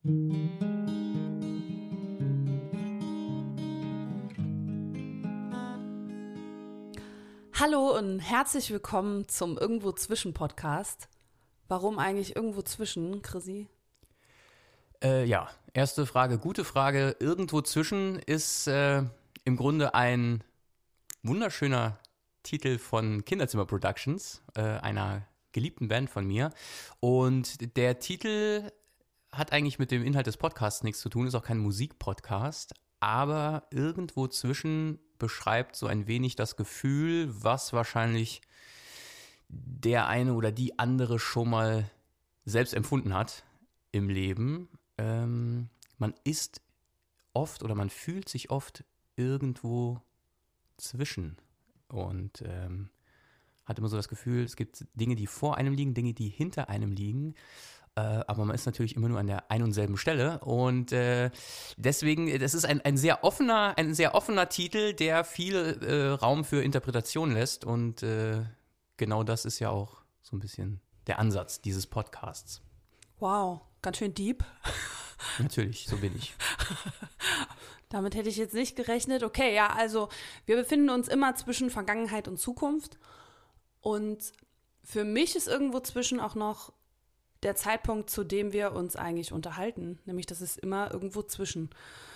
Hallo und herzlich willkommen zum Irgendwo Zwischen Podcast. Warum eigentlich irgendwo zwischen, Chrissy? Ja, erste Frage, gute Frage. Irgendwo zwischen ist im Grunde ein wunderschöner Titel von Kinderzimmer Productions, einer geliebten Band von mir. Und der Titel hat eigentlich mit dem Inhalt des Podcasts nichts zu tun, ist auch kein Musikpodcast, aber irgendwo zwischen beschreibt so ein wenig das Gefühl, was wahrscheinlich der eine oder die andere schon mal selbst empfunden hat im Leben. Man ist oft oder man fühlt sich oft irgendwo zwischen und hat immer so das Gefühl, es gibt Dinge, die vor einem liegen, Dinge, die hinter einem liegen. Aber man ist natürlich immer nur an der einen und selben Stelle und deswegen, das ist ein sehr offener Titel, der viel Raum für Interpretation lässt und genau das ist ja auch so ein bisschen der Ansatz dieses Podcasts. Wow, ganz schön deep. Natürlich, so bin ich. Damit hätte ich jetzt nicht gerechnet. Okay, ja, also wir befinden uns immer zwischen Vergangenheit und Zukunft und für mich ist irgendwo zwischen auch noch der Zeitpunkt, zu dem wir uns eigentlich unterhalten. Nämlich, das ist immer irgendwo zwischen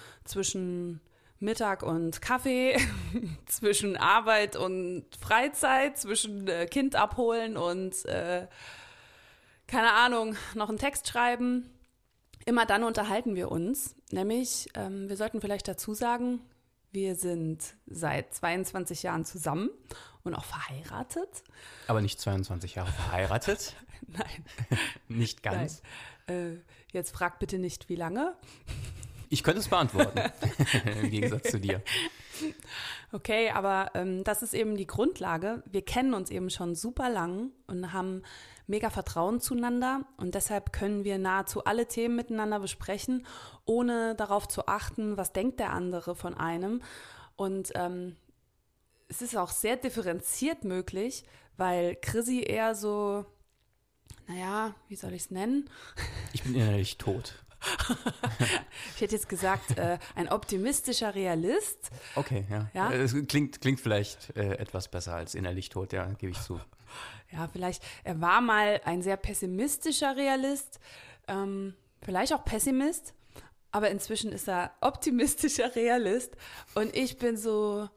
Mittag und Kaffee, zwischen Arbeit und Freizeit, zwischen Kind abholen und, keine Ahnung, noch einen Text schreiben. Immer dann unterhalten wir uns. Nämlich, wir sollten vielleicht dazu sagen, wir sind seit 22 Jahren zusammen und auch verheiratet. Aber nicht 22 Jahre verheiratet? Nein. Nicht ganz. Nein. Jetzt frag bitte nicht, wie lange. Ich könnte es beantworten, im Gegensatz zu dir. Okay, aber das ist eben die Grundlage. Wir kennen uns eben schon super lang und haben mega Vertrauen zueinander und deshalb können wir nahezu alle Themen miteinander besprechen, ohne darauf zu achten, was denkt der andere von einem. Und es ist auch sehr differenziert möglich, weil Chrissy eher so, naja, wie soll ich es nennen? Ich bin innerlich tot. Ich hätte jetzt gesagt, ein optimistischer Realist. Okay, ja. Es klingt vielleicht etwas besser als innerlich tot, ja, gebe ich zu. Ja, vielleicht, er war mal ein sehr pessimistischer Realist, vielleicht auch Pessimist, aber inzwischen ist er optimistischer Realist und ich bin so,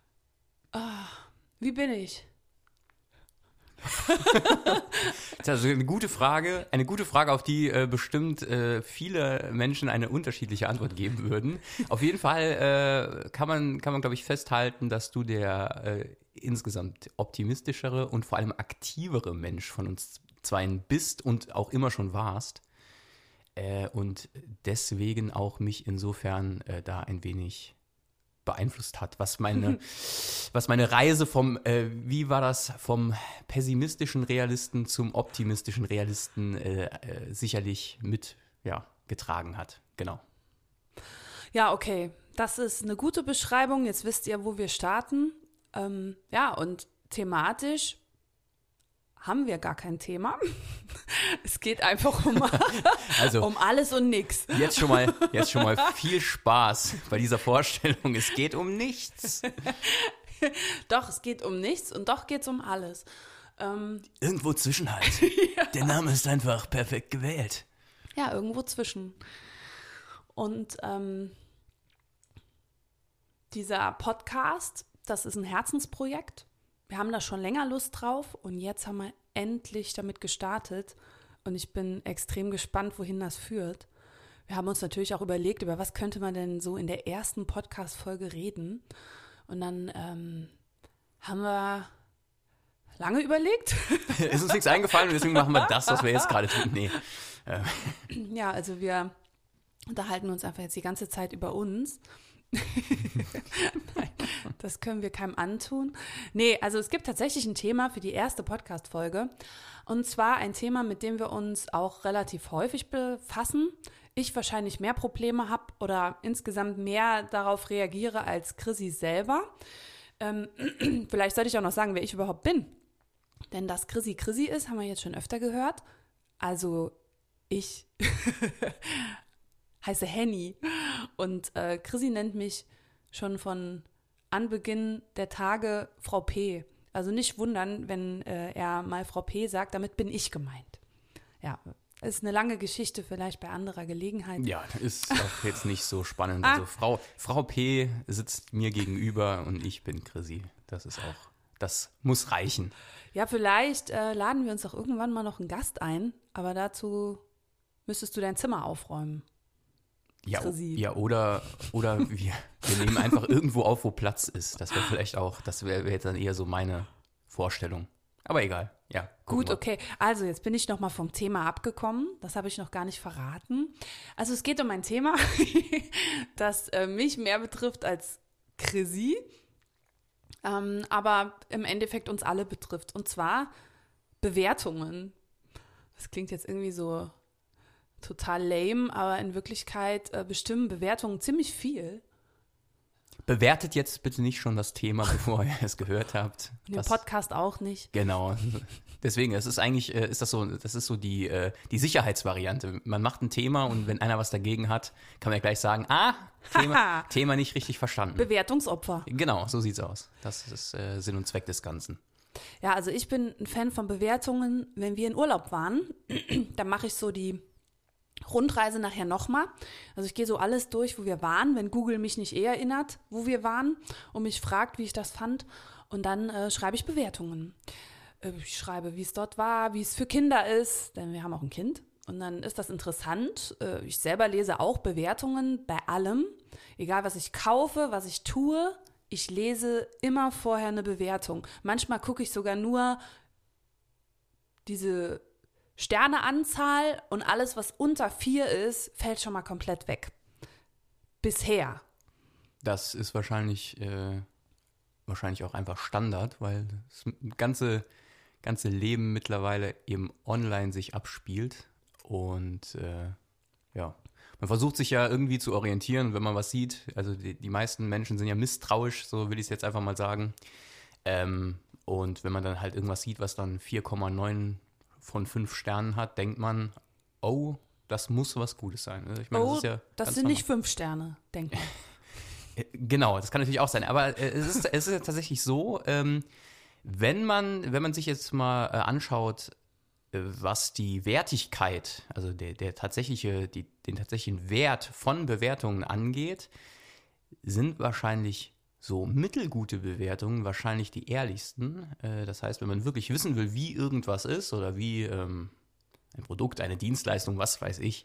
wie bin ich? Das ist also eine gute Frage, auf die bestimmt viele Menschen eine unterschiedliche Antwort geben würden. Auf jeden Fall kann man glaube ich festhalten, dass du der insgesamt optimistischere und vor allem aktivere Mensch von uns zweien bist und auch immer schon warst und deswegen auch mich insofern da ein wenig beeinflusst hat, was meine Reise vom pessimistischen Realisten zum optimistischen Realisten sicherlich mit getragen hat. Genau. Ja, okay. Das ist eine gute Beschreibung. Jetzt wisst ihr, wo wir starten. Und thematisch haben wir gar kein Thema. Es geht einfach um alles und nichts. Jetzt schon mal viel Spaß bei dieser Vorstellung. Es geht um nichts. Doch, es geht um nichts und doch geht es um alles. Irgendwo zwischen halt. Ja. Der Name ist einfach perfekt gewählt. Ja, irgendwo zwischen. Und dieser Podcast, das ist ein Herzensprojekt. Wir haben da schon länger Lust drauf und jetzt haben wir endlich damit gestartet und ich bin extrem gespannt, wohin das führt. Wir haben uns natürlich auch überlegt, über was könnte man denn so in der ersten Podcast-Folge reden und dann haben wir lange überlegt. Ist uns nichts eingefallen und deswegen machen wir das, was wir jetzt gerade tun. Nee. Ja, also wir unterhalten uns einfach jetzt die ganze Zeit über uns. Nein, das können wir keinem antun. Nee, also es gibt tatsächlich ein Thema für die erste Podcast-Folge. Und zwar ein Thema, mit dem wir uns auch relativ häufig befassen. Ich wahrscheinlich mehr Probleme habe oder insgesamt mehr darauf reagiere als Chrissy selber. Vielleicht sollte ich auch noch sagen, wer ich überhaupt bin. Denn dass Chrissy Chrissy ist, haben wir jetzt schon öfter gehört. Also ich heiße Henny. Und Chrissy nennt mich schon von Anbeginn der Tage Frau P. Also nicht wundern, wenn er mal Frau P. sagt, damit bin ich gemeint. Ja, ist eine lange Geschichte, vielleicht bei anderer Gelegenheit. Ja, ist auch jetzt nicht so spannend. Also Frau P. sitzt mir gegenüber und ich bin Chrissy. Das muss reichen. Ja, vielleicht laden wir uns auch irgendwann mal noch einen Gast ein, aber dazu müsstest du dein Zimmer aufräumen. Ja, oder wir nehmen einfach irgendwo auf, wo Platz ist. Das wäre vielleicht auch, das wäre jetzt dann eher so meine Vorstellung. Aber egal, ja. Gut, okay. Also jetzt bin ich noch mal vom Thema abgekommen. Das habe ich noch gar nicht verraten. Also es geht um ein Thema, das mich mehr betrifft als Chrissy, aber im Endeffekt uns alle betrifft. Und zwar Bewertungen. Das klingt jetzt irgendwie so total lame, aber in Wirklichkeit bestimmen Bewertungen ziemlich viel. Bewertet jetzt bitte nicht schon das Thema, bevor ihr es gehört habt. Den Podcast auch nicht. Genau. Deswegen, es ist eigentlich, das ist so die Sicherheitsvariante. Man macht ein Thema und wenn einer was dagegen hat, kann man ja gleich sagen, Thema nicht richtig verstanden. Bewertungsopfer. Genau, so sieht's aus. Das ist Sinn und Zweck des Ganzen. Ja, also ich bin ein Fan von Bewertungen. Wenn wir in Urlaub waren, dann mache ich so die Rundreise nachher nochmal. Also ich gehe so alles durch, wo wir waren, wenn Google mich nicht erinnert, wo wir waren und mich fragt, wie ich das fand. Und dann schreibe ich Bewertungen. Ich schreibe, wie es dort war, wie es für Kinder ist, denn wir haben auch ein Kind. Und dann ist das interessant. Ich selber lese auch Bewertungen bei allem. Egal, was ich kaufe, was ich tue, ich lese immer vorher eine Bewertung. Manchmal gucke ich sogar nur diese Sterneanzahl und alles, was unter 4 ist, fällt schon mal komplett weg. Bisher. Das ist wahrscheinlich auch einfach Standard, weil das ganze Leben mittlerweile eben online sich abspielt. Und man versucht sich ja irgendwie zu orientieren, wenn man was sieht. Also die meisten Menschen sind ja misstrauisch, so will ich es jetzt einfach mal sagen. Und wenn man dann halt irgendwas sieht, was dann 4,9 von 5 Sternen hat, denkt man, oh, das muss was Gutes sein. Ich meine, das sind nicht 5 Sterne, denkt man. Genau, das kann natürlich auch sein. Aber es ist ja tatsächlich so, wenn man sich jetzt mal anschaut, was die Wertigkeit, also den tatsächlichen Wert von Bewertungen angeht, sind wahrscheinlich so mittelgute Bewertungen wahrscheinlich die ehrlichsten. Das heißt, wenn man wirklich wissen will, wie irgendwas ist oder wie ein Produkt, eine Dienstleistung, was weiß ich,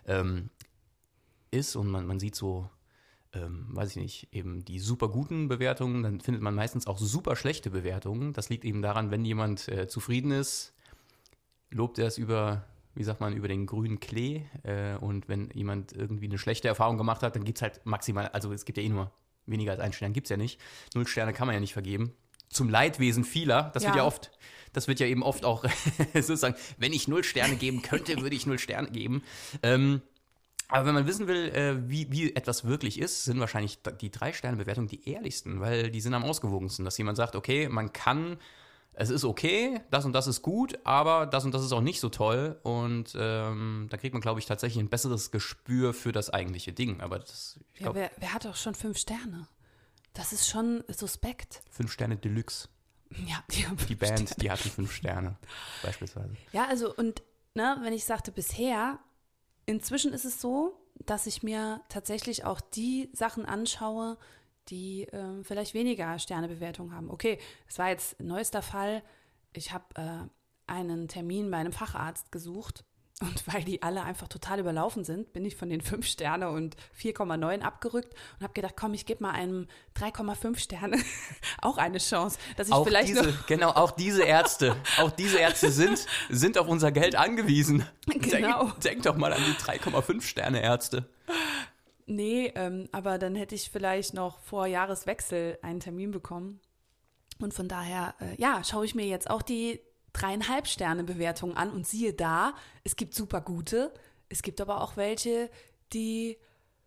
ist und man sieht so, weiß ich nicht, eben die super guten Bewertungen, dann findet man meistens auch super schlechte Bewertungen. Das liegt eben daran, wenn jemand zufrieden ist, lobt er es über den grünen Klee. Und wenn jemand irgendwie eine schlechte Erfahrung gemacht hat, dann gibt es halt maximal, also es gibt ja nur weniger als 1 Stern, gibt es ja nicht. 0 Sterne kann man ja nicht vergeben. Zum Leidwesen vieler, das wird ja eben oft auch sozusagen, wenn ich 0 Sterne geben könnte, würde ich 0 Sterne geben. Aber wenn man wissen will, wie etwas wirklich ist, sind wahrscheinlich die 3-Sterne-Bewertungen die ehrlichsten, weil die sind am ausgewogensten, dass jemand sagt, okay, es ist okay, das und das ist gut, aber das und das ist auch nicht so toll und da kriegt man, glaube ich, tatsächlich ein besseres Gespür für das eigentliche Ding. Aber wer hat auch schon 5 Sterne? Das ist schon suspekt. 5 Sterne Deluxe. Ja, die Band, die hatten 5 Sterne beispielsweise. Ja, also und wenn ich sagte bisher, inzwischen ist es so, dass ich mir tatsächlich auch die Sachen anschaue, die vielleicht weniger Sternebewertung haben. Okay, es war jetzt ein neuester Fall. Ich habe einen Termin bei einem Facharzt gesucht und weil die alle einfach total überlaufen sind, bin ich von den 5 Sterne und 4,9 abgerückt und habe gedacht, komm, ich gebe mal einem 3,5 Sterne auch eine Chance, dass ich auch vielleicht auch diese Ärzte sind auf unser Geld angewiesen. Genau. Denk doch mal an die 3,5 Sterne Ärzte. Nee, aber dann hätte ich vielleicht noch vor Jahreswechsel einen Termin bekommen. Und von daher, schaue ich mir jetzt auch die 3,5 Sterne Bewertungen an und siehe da, es gibt super gute, es gibt aber auch welche, die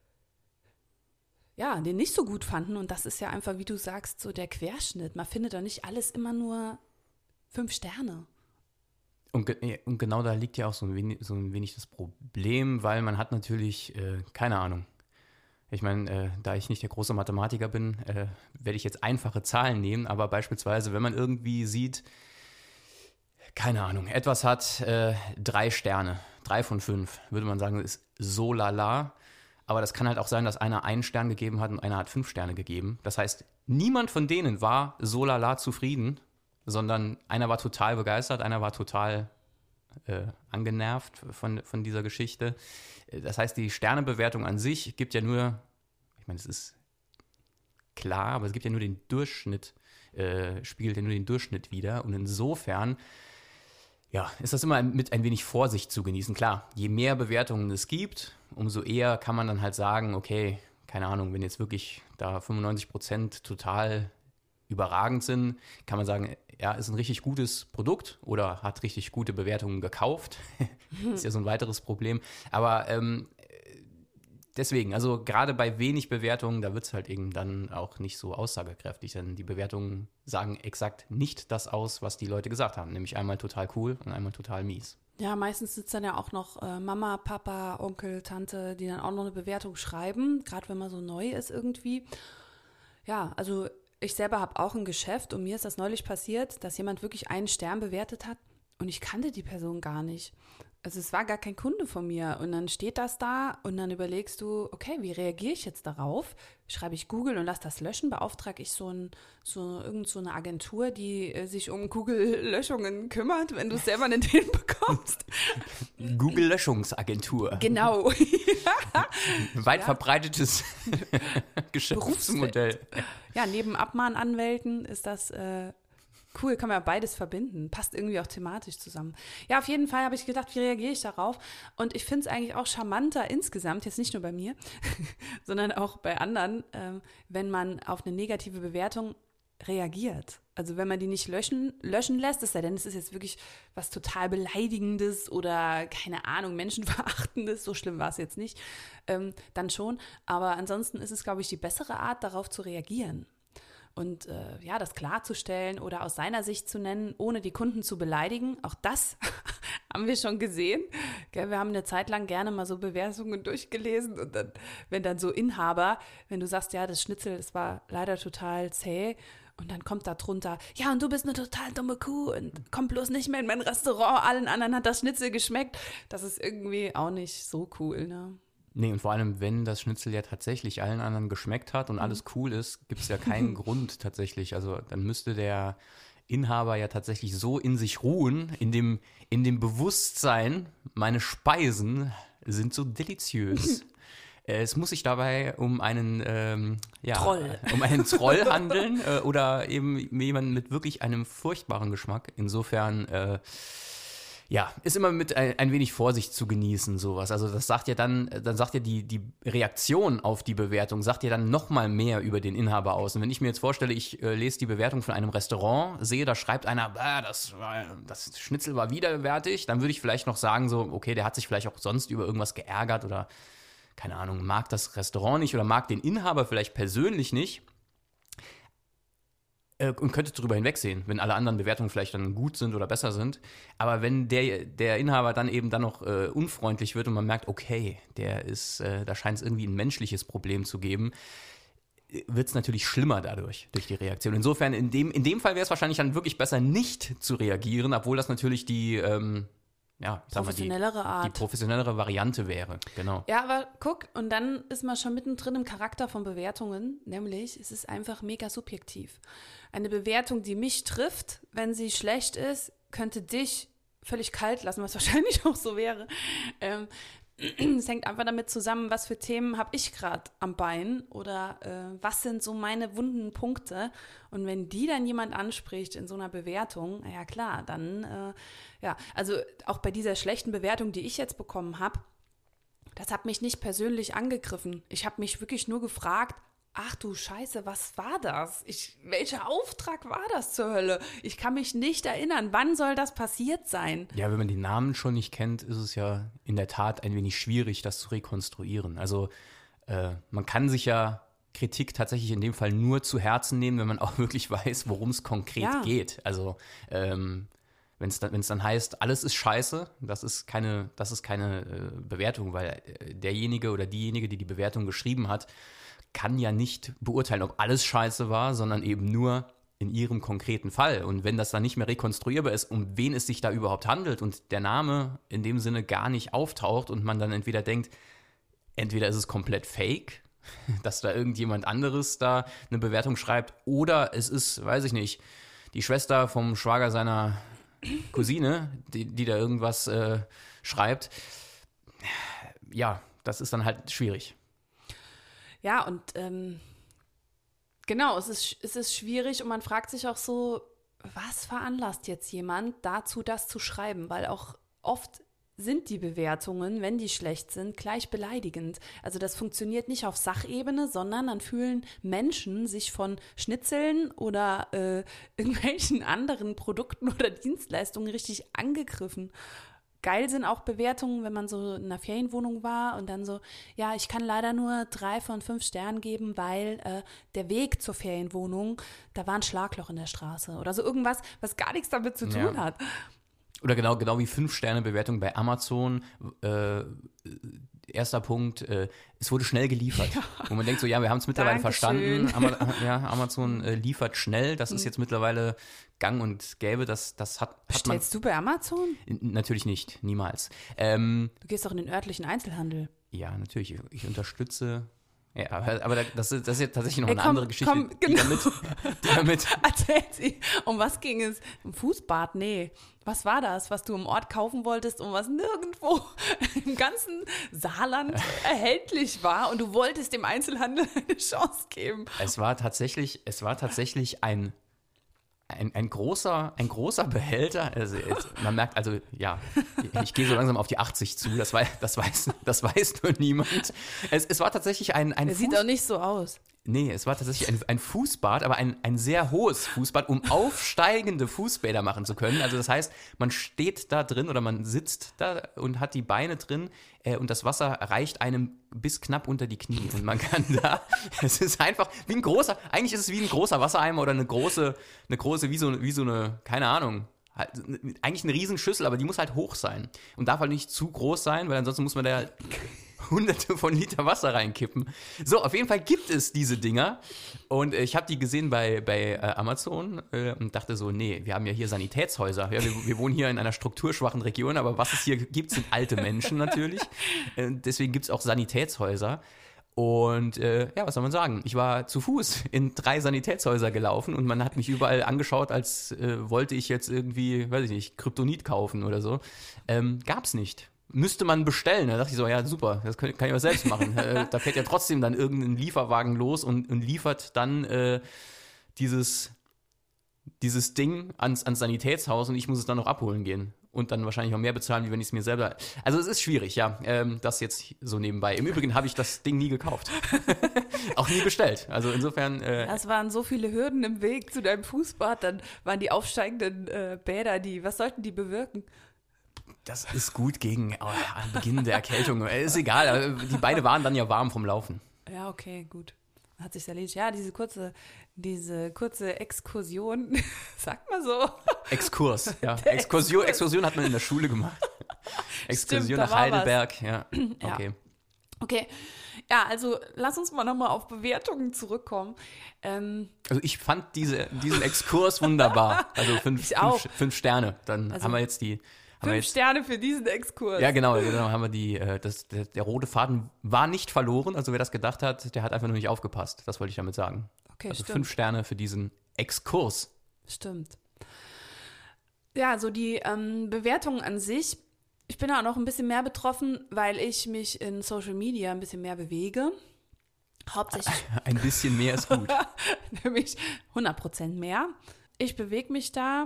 den nicht so gut fanden. Und das ist ja einfach, wie du sagst, so der Querschnitt. Man findet doch nicht alles immer nur 5 Sterne. Und genau da liegt ja auch so ein wenig das Problem, weil man hat natürlich, keine Ahnung. Ich meine, da ich nicht der große Mathematiker bin, werde ich jetzt einfache Zahlen nehmen, aber beispielsweise, wenn man irgendwie sieht, keine Ahnung, etwas hat 3 Sterne, 3 von 5, würde man sagen, ist so lala. Aber das kann halt auch sein, dass einer 1 Stern gegeben hat und einer hat 5 Sterne gegeben. Das heißt, niemand von denen war so lala zufrieden, sondern einer war total begeistert, einer war total angenervt von dieser Geschichte. Das heißt, die Sternebewertung an sich gibt ja nur, ich meine, es ist klar, aber es gibt ja nur den Durchschnitt, spiegelt ja nur den Durchschnitt wider. Und insofern, ja, ist das immer mit ein wenig Vorsicht zu genießen. Klar, je mehr Bewertungen es gibt, umso eher kann man dann halt sagen, okay, keine Ahnung, wenn jetzt wirklich da 95% total überragend sind, kann man sagen, ja, ist ein richtig gutes Produkt oder hat richtig gute Bewertungen gekauft. Ist ja so ein weiteres Problem. Aber deswegen, also gerade bei wenig Bewertungen, da wird es halt eben dann auch nicht so aussagekräftig, denn die Bewertungen sagen exakt nicht das aus, was die Leute gesagt haben, nämlich einmal total cool und einmal total mies. Ja, meistens sitzt dann ja auch noch Mama, Papa, Onkel, Tante, die dann auch noch eine Bewertung schreiben, gerade wenn man so neu ist irgendwie. Ja, also ich selber habe auch ein Geschäft und mir ist das neulich passiert, dass jemand wirklich 1 Stern bewertet hat und ich kannte die Person gar nicht. Also es war gar kein Kunde von mir und dann steht das da und dann überlegst du, okay, wie reagiere ich jetzt darauf? Schreibe ich Google und lass das löschen? Beauftrage ich irgend so eine Agentur, die sich um Google-Löschungen kümmert, wenn du es selber nicht hinbekommst? Google-Löschungsagentur. Genau. Weit verbreitetes Geschäftsmodell. Ja, neben Abmahnanwälten ist das cool, kann man ja beides verbinden. Passt irgendwie auch thematisch zusammen. Ja, auf jeden Fall habe ich gedacht, wie reagiere ich darauf? Und ich finde es eigentlich auch charmanter insgesamt, jetzt nicht nur bei mir, sondern auch bei anderen, wenn man auf eine negative Bewertung reagiert. Also wenn man die nicht löschen lässt, es sei denn, es ist jetzt wirklich was total Beleidigendes oder, keine Ahnung, Menschenverachtendes, so schlimm war es jetzt nicht, dann schon. Aber ansonsten ist es, glaube ich, die bessere Art, darauf zu reagieren. Und ja, das klarzustellen oder aus seiner Sicht zu nennen, ohne die Kunden zu beleidigen, auch das haben wir schon gesehen. Gell, wir haben eine Zeit lang gerne mal so Bewertungen durchgelesen und dann, wenn dann so Inhaber, wenn du sagst, ja, das Schnitzel, das war leider total zäh und dann kommt da drunter, ja, und du bist eine total dumme Kuh und komm bloß nicht mehr in mein Restaurant, allen anderen hat das Schnitzel geschmeckt. Das ist irgendwie auch nicht so cool, ne? Nee, und vor allem, wenn das Schnitzel ja tatsächlich allen anderen geschmeckt hat und alles cool ist, gibt es ja keinen Grund tatsächlich. Also dann müsste der Inhaber ja tatsächlich so in sich ruhen, in dem Bewusstsein, meine Speisen sind so deliziös. Es muss sich dabei um einen Troll. Um einen Troll handeln oder eben jemanden mit wirklich einem furchtbaren Geschmack. Insofern ja, ist immer mit ein wenig Vorsicht zu genießen, sowas. Also das sagt ja dann sagt ja die Reaktion auf die Bewertung, sagt ja dann nochmal mehr über den Inhaber aus. Und wenn ich mir jetzt vorstelle, ich lese die Bewertung von einem Restaurant, sehe, da schreibt einer, das Schnitzel war widerwärtig, dann würde ich vielleicht noch sagen, so, okay, der hat sich vielleicht auch sonst über irgendwas geärgert oder, keine Ahnung, mag das Restaurant nicht oder mag den Inhaber vielleicht persönlich nicht. Und könnte darüber hinwegsehen, wenn alle anderen Bewertungen vielleicht dann gut sind oder besser sind. Aber wenn der Inhaber dann eben dann noch unfreundlich wird und man merkt, okay, da scheint es irgendwie ein menschliches Problem zu geben, wird es natürlich schlimmer durch die Reaktion. Insofern, in dem Fall wäre es wahrscheinlich dann wirklich besser, nicht zu reagieren, obwohl das natürlich die professionellere Variante wäre, genau. Ja, aber guck, und dann ist man schon mittendrin im Charakter von Bewertungen, nämlich es ist einfach mega subjektiv. Eine Bewertung, die mich trifft, wenn sie schlecht ist, könnte dich völlig kalt lassen, was wahrscheinlich auch so wäre. Es hängt einfach damit zusammen, was für Themen habe ich gerade am Bein oder was sind so meine wunden Punkte. Und wenn die dann jemand anspricht in so einer Bewertung, ja klar, dann, also auch bei dieser schlechten Bewertung, die ich jetzt bekommen habe, das hat mich nicht persönlich angegriffen. Ich habe mich wirklich nur gefragt, ach du Scheiße, was war das? Welcher Auftrag war das zur Hölle? Ich kann mich nicht erinnern. Wann soll das passiert sein? Ja, wenn man die Namen schon nicht kennt, ist es ja in der Tat ein wenig schwierig, das zu rekonstruieren. Also man kann sich ja Kritik tatsächlich in dem Fall nur zu Herzen nehmen, wenn man auch wirklich weiß, worum es konkret geht. Also Wenn es dann heißt, alles ist scheiße, das ist keine Bewertung, weil derjenige oder diejenige, die die Bewertung geschrieben hat, kann ja nicht beurteilen, ob alles scheiße war, sondern eben nur in ihrem konkreten Fall. Und wenn das dann nicht mehr rekonstruierbar ist, um wen es sich da überhaupt handelt und der Name in dem Sinne gar nicht auftaucht und man dann entweder denkt, entweder ist es komplett fake, dass da irgendjemand anderes da eine Bewertung schreibt, oder es ist, weiß ich nicht, die Schwester vom Schwager seiner Cousine, die da irgendwas schreibt. Ja, das ist dann halt schwierig. Ja, und genau, es ist schwierig und man fragt sich auch so, was veranlasst jetzt jemand dazu, das zu schreiben? Weil auch oft sind die Bewertungen, wenn die schlecht sind, gleich beleidigend. Also das funktioniert nicht auf Sachebene, sondern dann fühlen Menschen sich von Schnitzeln oder irgendwelchen anderen Produkten oder Dienstleistungen richtig angegriffen. Geil sind auch Bewertungen, wenn man so in einer Ferienwohnung war und dann so, ja, ich kann leider nur 3 von 5 Sternen geben, weil der Weg zur Ferienwohnung, da war ein Schlagloch in der Straße oder so irgendwas, was gar nichts damit zu tun hat. Oder genau wie 5-Sterne-Bewertung bei Amazon. Erster Punkt, es wurde schnell geliefert. Ja. Wo man denkt so, ja, wir haben es mittlerweile verstanden. Amazon liefert schnell. Das ist jetzt mittlerweile gang und gäbe. Bestellst du bei Amazon? Natürlich nicht, niemals. Du gehst doch in den örtlichen Einzelhandel. Ja, natürlich. Ich unterstütze. Ja, aber das ist tatsächlich noch eine andere Geschichte. Genau. Damit erzähl sie. Um was ging es? Im Fußbad? Nee. Was war das, was du im Ort kaufen wolltest und was nirgendwo im ganzen Saarland erhältlich war und du wolltest dem Einzelhandel eine Chance geben? Es war tatsächlich ein großer Behälter. Also man merkt, also ja, ich gehe so langsam auf die 80 zu. Das weiß nur niemand. Es war tatsächlich ein sieht auch nicht so aus. Nee, es war tatsächlich ein Fußbad, aber ein sehr hohes Fußbad, um aufsteigende Fußbäder machen zu können. Also das heißt, man steht da drin oder man sitzt da und hat die Beine drin und das Wasser reicht einem bis knapp unter die Knie. Und man kann da, es ist einfach wie ein großer, eigentlich ist es wie ein großer Wassereimer oder eine große, wie so eine, keine Ahnung, halt, eigentlich eine Riesenschüssel, aber die muss halt hoch sein und darf halt nicht zu groß sein, weil ansonsten muss man da Hunderte von Liter Wasser reinkippen. So, auf jeden Fall gibt es diese Dinger und ich habe die gesehen bei Amazon und dachte so, nee, wir haben ja hier Sanitätshäuser. Ja, wir wohnen hier in einer strukturschwachen Region, aber was es hier gibt, sind alte Menschen natürlich. Deswegen gibt es auch Sanitätshäuser. Und ja, was soll man sagen? Ich war zu Fuß in 3 Sanitätshäuser gelaufen und man hat mich überall angeschaut, als wollte ich jetzt irgendwie, weiß ich nicht, Kryptonit kaufen oder so. Gab's nicht. Müsste man bestellen. Da dachte ich so, ja super, das kann ich aber selbst machen. Da fährt ja trotzdem dann irgendein Lieferwagen los und liefert dann dieses Ding ans Sanitätshaus und ich muss es dann noch abholen gehen. Und dann wahrscheinlich auch mehr bezahlen, wie wenn ich es mir selber... Also es ist schwierig, ja, das jetzt so nebenbei. Im Übrigen habe ich das Ding nie gekauft. Auch nie bestellt. Also insofern... Es waren so viele Hürden im Weg zu deinem Fußbad. Dann waren die aufsteigenden Bäder, was sollten die bewirken? Das ist gut gegen Beginn der Erkältung. Ist egal, die Beine waren dann ja warm vom Laufen. Ja, okay, gut. Hat sich's erledigt. Ja, diese kurze Exkursion, sagt man so. Exkurs, ja. Exkursion hat man in der Schule gemacht. Exkursion nach Heidelberg, ja. Okay. Okay, ja, also lass uns mal nochmal auf Bewertungen zurückkommen. Also ich fand diesen Exkurs wunderbar. Also 5 Sterne. Dann haben wir jetzt die... 5 Sterne für diesen Exkurs. Ja, genau, haben wir der rote Faden war nicht verloren, also wer das gedacht hat, der hat einfach nur nicht aufgepasst, das wollte ich damit sagen. Okay, also stimmt. 5 Sterne für diesen Exkurs. Stimmt. Ja, so die Bewertungen an sich, ich bin da auch noch ein bisschen mehr betroffen, weil ich mich in Social Media ein bisschen mehr bewege. Hauptsächlich. Ein bisschen mehr ist gut. Nämlich 100% mehr. Ich bewege mich da,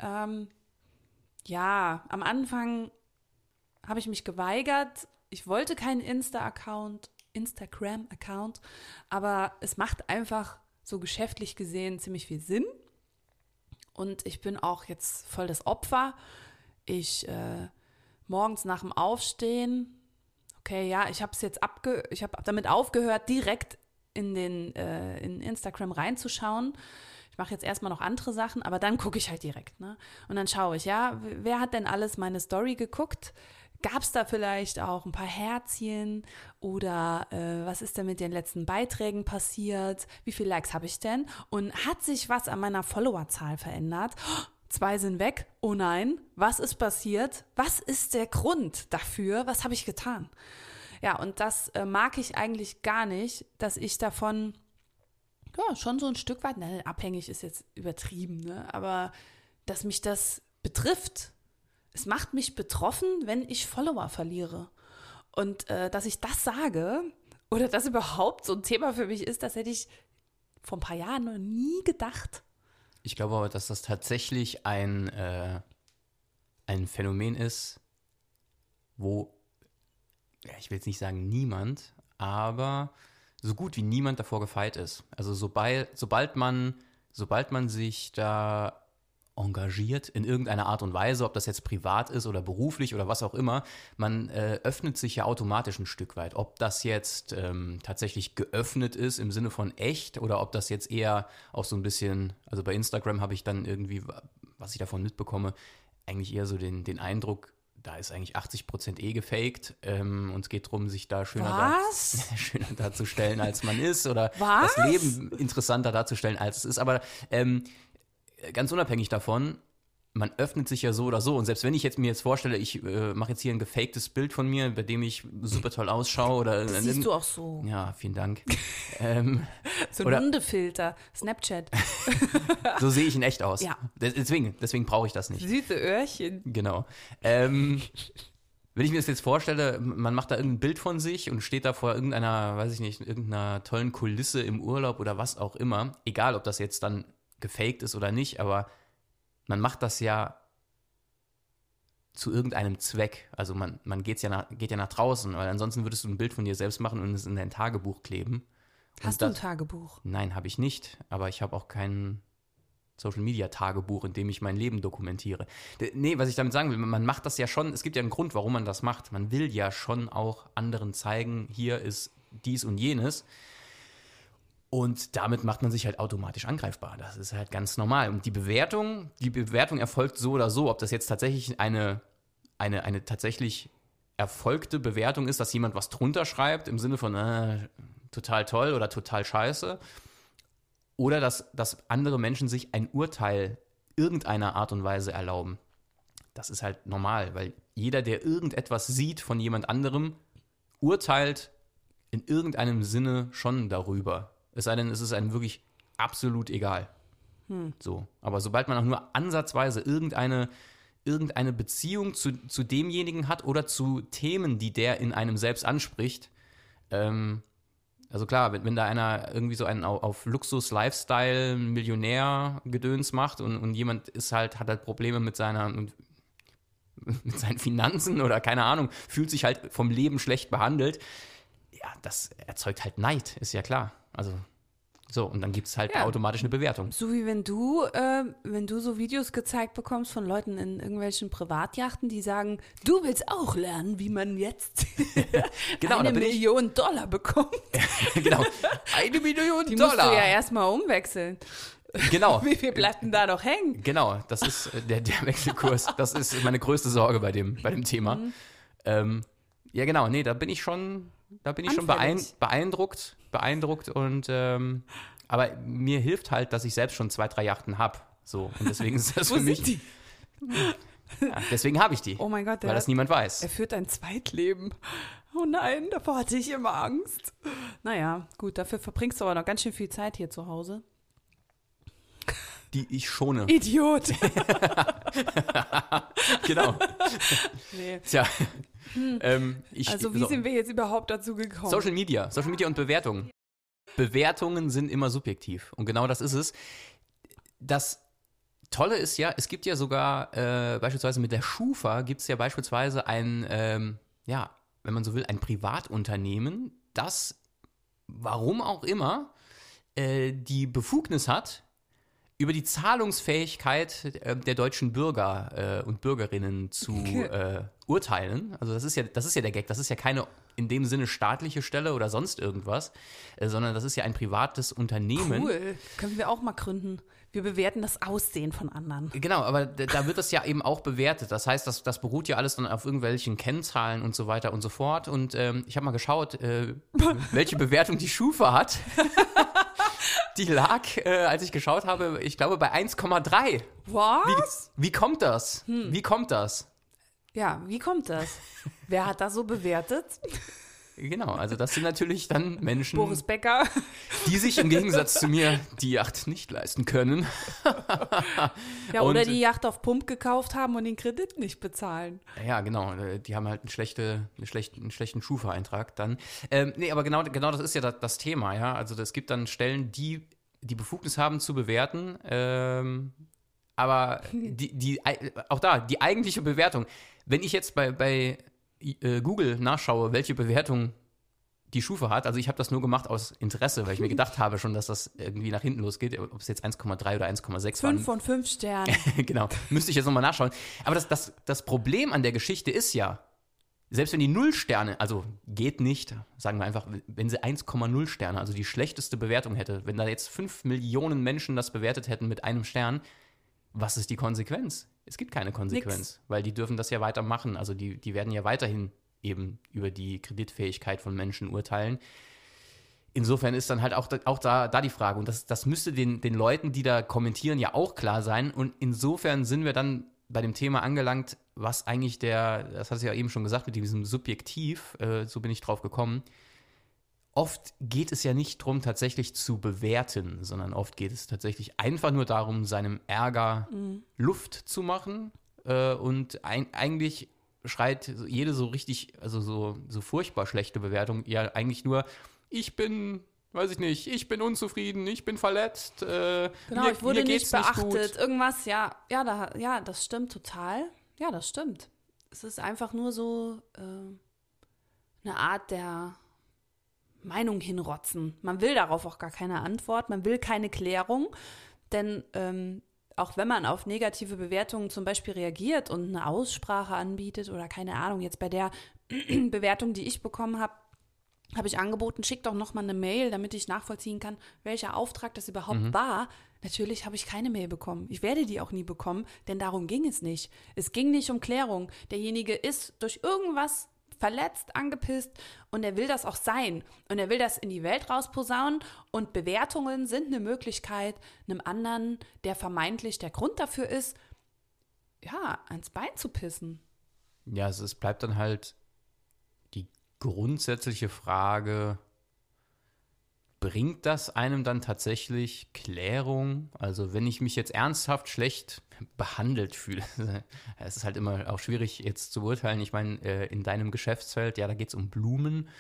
ja, am Anfang habe ich mich geweigert. Ich wollte keinen Instagram-Account, aber es macht einfach so geschäftlich gesehen ziemlich viel Sinn. Und ich bin auch jetzt voll das Opfer. Ich morgens nach dem Aufstehen, okay, ja, ich habe damit aufgehört, direkt in Instagram reinzuschauen. Ich ich mache jetzt erstmal noch andere Sachen, aber dann gucke ich halt direkt, ne? Und dann schaue ich, ja, wer hat denn alles meine Story geguckt? Gab es da vielleicht auch ein paar Herzchen oder was ist denn mit den letzten Beiträgen passiert? Wie viele Likes habe ich denn? Und hat sich was an meiner Followerzahl verändert? 2 sind weg. Oh nein, was ist passiert? Was ist der Grund dafür? Was habe ich getan? Ja, und das mag ich eigentlich gar nicht, dass ich davon schon so ein Stück weit, abhängig ist jetzt übertrieben, ne? Aber dass mich das betrifft. Es macht mich betroffen, wenn ich Follower verliere. Und dass ich das sage oder das überhaupt so ein Thema für mich ist, das hätte ich vor ein paar Jahren noch nie gedacht. Ich glaube aber, dass das tatsächlich ein Phänomen ist, wo, ich will jetzt nicht sagen niemand, aber so gut wie niemand davor gefeit ist. Also sobald man sich da engagiert in irgendeiner Art und Weise, ob das jetzt privat ist oder beruflich oder was auch immer, man öffnet sich ja automatisch ein Stück weit. Ob das jetzt tatsächlich geöffnet ist im Sinne von echt oder ob das jetzt eher auch so ein bisschen, also bei Instagram habe ich dann irgendwie, was ich davon mitbekomme, eigentlich eher so den Eindruck, da ist eigentlich 80% gefaked und es geht darum, sich da schöner darzustellen, als man ist oder das Leben interessanter darzustellen, als es ist. Aber ganz unabhängig davon, man öffnet sich ja so oder so. Und selbst wenn ich mir jetzt vorstelle, ich mache jetzt hier ein gefaktes Bild von mir, bei dem ich super toll ausschaue. Das siehst du auch so. Ja, vielen Dank. So ein Hundefilter, Snapchat. So sehe ich in echt aus. Ja. Deswegen brauche ich das nicht. Süße Öhrchen. Genau. Wenn ich mir das jetzt vorstelle, man macht da irgendein Bild von sich und steht da vor irgendeiner, weiß ich nicht, irgendeiner tollen Kulisse im Urlaub oder was auch immer. Egal, ob das jetzt dann gefaked ist oder nicht, aber man macht das ja zu irgendeinem Zweck. Also man geht ja nach draußen, weil ansonsten würdest du ein Bild von dir selbst machen und es in dein Tagebuch kleben. Hast du ein Tagebuch? Nein, habe ich nicht, aber ich habe auch kein Social-Media-Tagebuch, in dem ich mein Leben dokumentiere. Nee, was ich damit sagen will, man macht das ja schon, es gibt ja einen Grund, warum man das macht. Man will ja schon auch anderen zeigen, hier ist dies und jenes. Und damit macht man sich halt automatisch angreifbar. Das ist halt ganz normal. Und die Bewertung erfolgt so oder so. Ob das jetzt tatsächlich eine tatsächlich erfolgte Bewertung ist, dass jemand was drunter schreibt, im Sinne von total toll oder total scheiße. Oder dass andere Menschen sich ein Urteil irgendeiner Art und Weise erlauben. Das ist halt normal, weil jeder, der irgendetwas sieht von jemand anderem, urteilt in irgendeinem Sinne schon darüber. Es sei denn, es ist einem wirklich absolut egal. So. Aber sobald man auch nur ansatzweise irgendeine Beziehung zu demjenigen hat oder zu Themen, die der in einem selbst anspricht, also klar, wenn da einer irgendwie so einen auf Luxus, Lifestyle, Millionär-Gedöns macht und jemand hat halt Probleme mit seinen Finanzen oder keine Ahnung, fühlt sich halt vom Leben schlecht behandelt, ja, das erzeugt halt Neid, ist ja klar. Also so, und dann gibt es halt automatisch eine Bewertung. So wie wenn du so Videos gezeigt bekommst von Leuten in irgendwelchen Privatjachten, die sagen, du willst auch lernen, wie man jetzt genau, $1 Million bekommt. Genau, $1 Million. Die musst du ja erstmal umwechseln. Genau. Wie viel bleibt denn da noch hängen? Genau, das ist der Wechselkurs. Das ist meine größte Sorge bei dem Thema. Ja, genau, nee, da bin ich schon beeindruckt und aber mir hilft halt, dass ich selbst schon 2-3 Yachten habe. So, und deswegen ist das für mich. Die? Ja, deswegen habe ich die. Oh mein Gott, weil das niemand weiß. Er führt ein Zweitleben. Oh nein, davor hatte ich immer Angst. Naja, gut, dafür verbringst du aber noch ganz schön viel Zeit hier zu Hause. Die ich schone. Idiot. Genau. Nee. Tja. Wie sind wir jetzt überhaupt dazu gekommen? Social Media und Bewertungen. Bewertungen sind immer subjektiv. Und genau das ist es. Das Tolle ist ja, es gibt ja sogar beispielsweise mit der Schufa gibt es ja beispielsweise ein, wenn man so will, ein Privatunternehmen, das, warum auch immer, die Befugnis hat, über die Zahlungsfähigkeit der deutschen Bürger und Bürgerinnen zu urteilen. Also das ist ja der Gag. Das ist ja keine in dem Sinne staatliche Stelle oder sonst irgendwas, sondern das ist ja ein privates Unternehmen. Cool. Können wir auch mal gründen. Wir bewerten das Aussehen von anderen. Genau, aber da wird das ja eben auch bewertet. Das heißt, das beruht ja alles dann auf irgendwelchen Kennzahlen und so weiter und so fort. Und ich habe mal geschaut, welche Bewertung die Schufa hat. Die lag, als ich geschaut habe, ich glaube bei 1,3. Was? Wie kommt das? Wie kommt das? Ja, wie kommt das? Wer hat das so bewertet? Genau, also das sind natürlich dann Menschen, Boris Becker. die sich im Gegensatz zu mir die Yacht nicht leisten können. Ja, oder die Yacht auf Pump gekauft haben und den Kredit nicht bezahlen. Ja, genau, die haben halt einen schlechten Schufa-Eintrag dann. Nee, aber genau das ist ja das Thema, ja. Also es gibt dann Stellen, die Befugnis haben zu bewerten, aber auch da, die eigentliche Bewertung, wenn ich jetzt bei Google nachschaue, welche Bewertung die Schufa hat, also ich habe das nur gemacht aus Interesse, weil ich mir gedacht habe schon, dass das irgendwie nach hinten losgeht, ob es jetzt 1,3 oder 1,6 war. 5 von 5 Sternen. Genau, müsste ich jetzt nochmal nachschauen. Aber das Problem an der Geschichte ist ja, selbst wenn die 0 Sterne, also geht nicht, sagen wir einfach, wenn sie 1,0 Sterne, also die schlechteste Bewertung hätte, wenn da jetzt 5 Millionen Menschen das bewertet hätten mit einem Stern, was ist die Konsequenz? Es gibt keine Konsequenz, weil die dürfen das ja weitermachen. Also die werden ja weiterhin eben über die Kreditfähigkeit von Menschen urteilen. Insofern ist dann halt auch da die Frage. Und das müsste den Leuten, die da kommentieren, ja auch klar sein. Und insofern sind wir dann bei dem Thema angelangt, was eigentlich das hast du ja eben schon gesagt, mit diesem Subjektiv, so bin ich drauf gekommen. Oft geht es ja nicht darum, tatsächlich zu bewerten, sondern oft geht es tatsächlich einfach nur darum, seinem Ärger Luft zu machen. Und eigentlich schreit jede so richtig, also so furchtbar schlechte Bewertung ja eigentlich nur, ich bin unzufrieden, ich bin verletzt. Genau, ich wurde nicht beachtet. Nicht irgendwas, ja, das stimmt total. Ja, das stimmt. Es ist einfach nur so eine Art der Meinung hinrotzen. Man will darauf auch gar keine Antwort, man will keine Klärung, denn auch wenn man auf negative Bewertungen zum Beispiel reagiert und eine Aussprache anbietet oder keine Ahnung, jetzt bei der Bewertung, die ich bekommen habe, habe ich angeboten, schick doch nochmal eine Mail, damit ich nachvollziehen kann, welcher Auftrag das überhaupt war. Natürlich habe ich keine Mail bekommen. Ich werde die auch nie bekommen, denn darum ging es nicht. Es ging nicht um Klärung. Derjenige ist durch irgendwas verletzt, angepisst und er will das auch sein. Und er will das in die Welt rausposaunen und Bewertungen sind eine Möglichkeit, einem anderen, der vermeintlich der Grund dafür ist, ja, ans Bein zu pissen. Ja, also es bleibt dann halt die grundsätzliche Frage, bringt das einem dann tatsächlich Klärung? Also wenn ich mich jetzt ernsthaft schlecht behandelt fühle, es ist halt immer auch schwierig jetzt zu beurteilen. Ich meine, in deinem Geschäftsfeld, ja, da geht es um Blumen.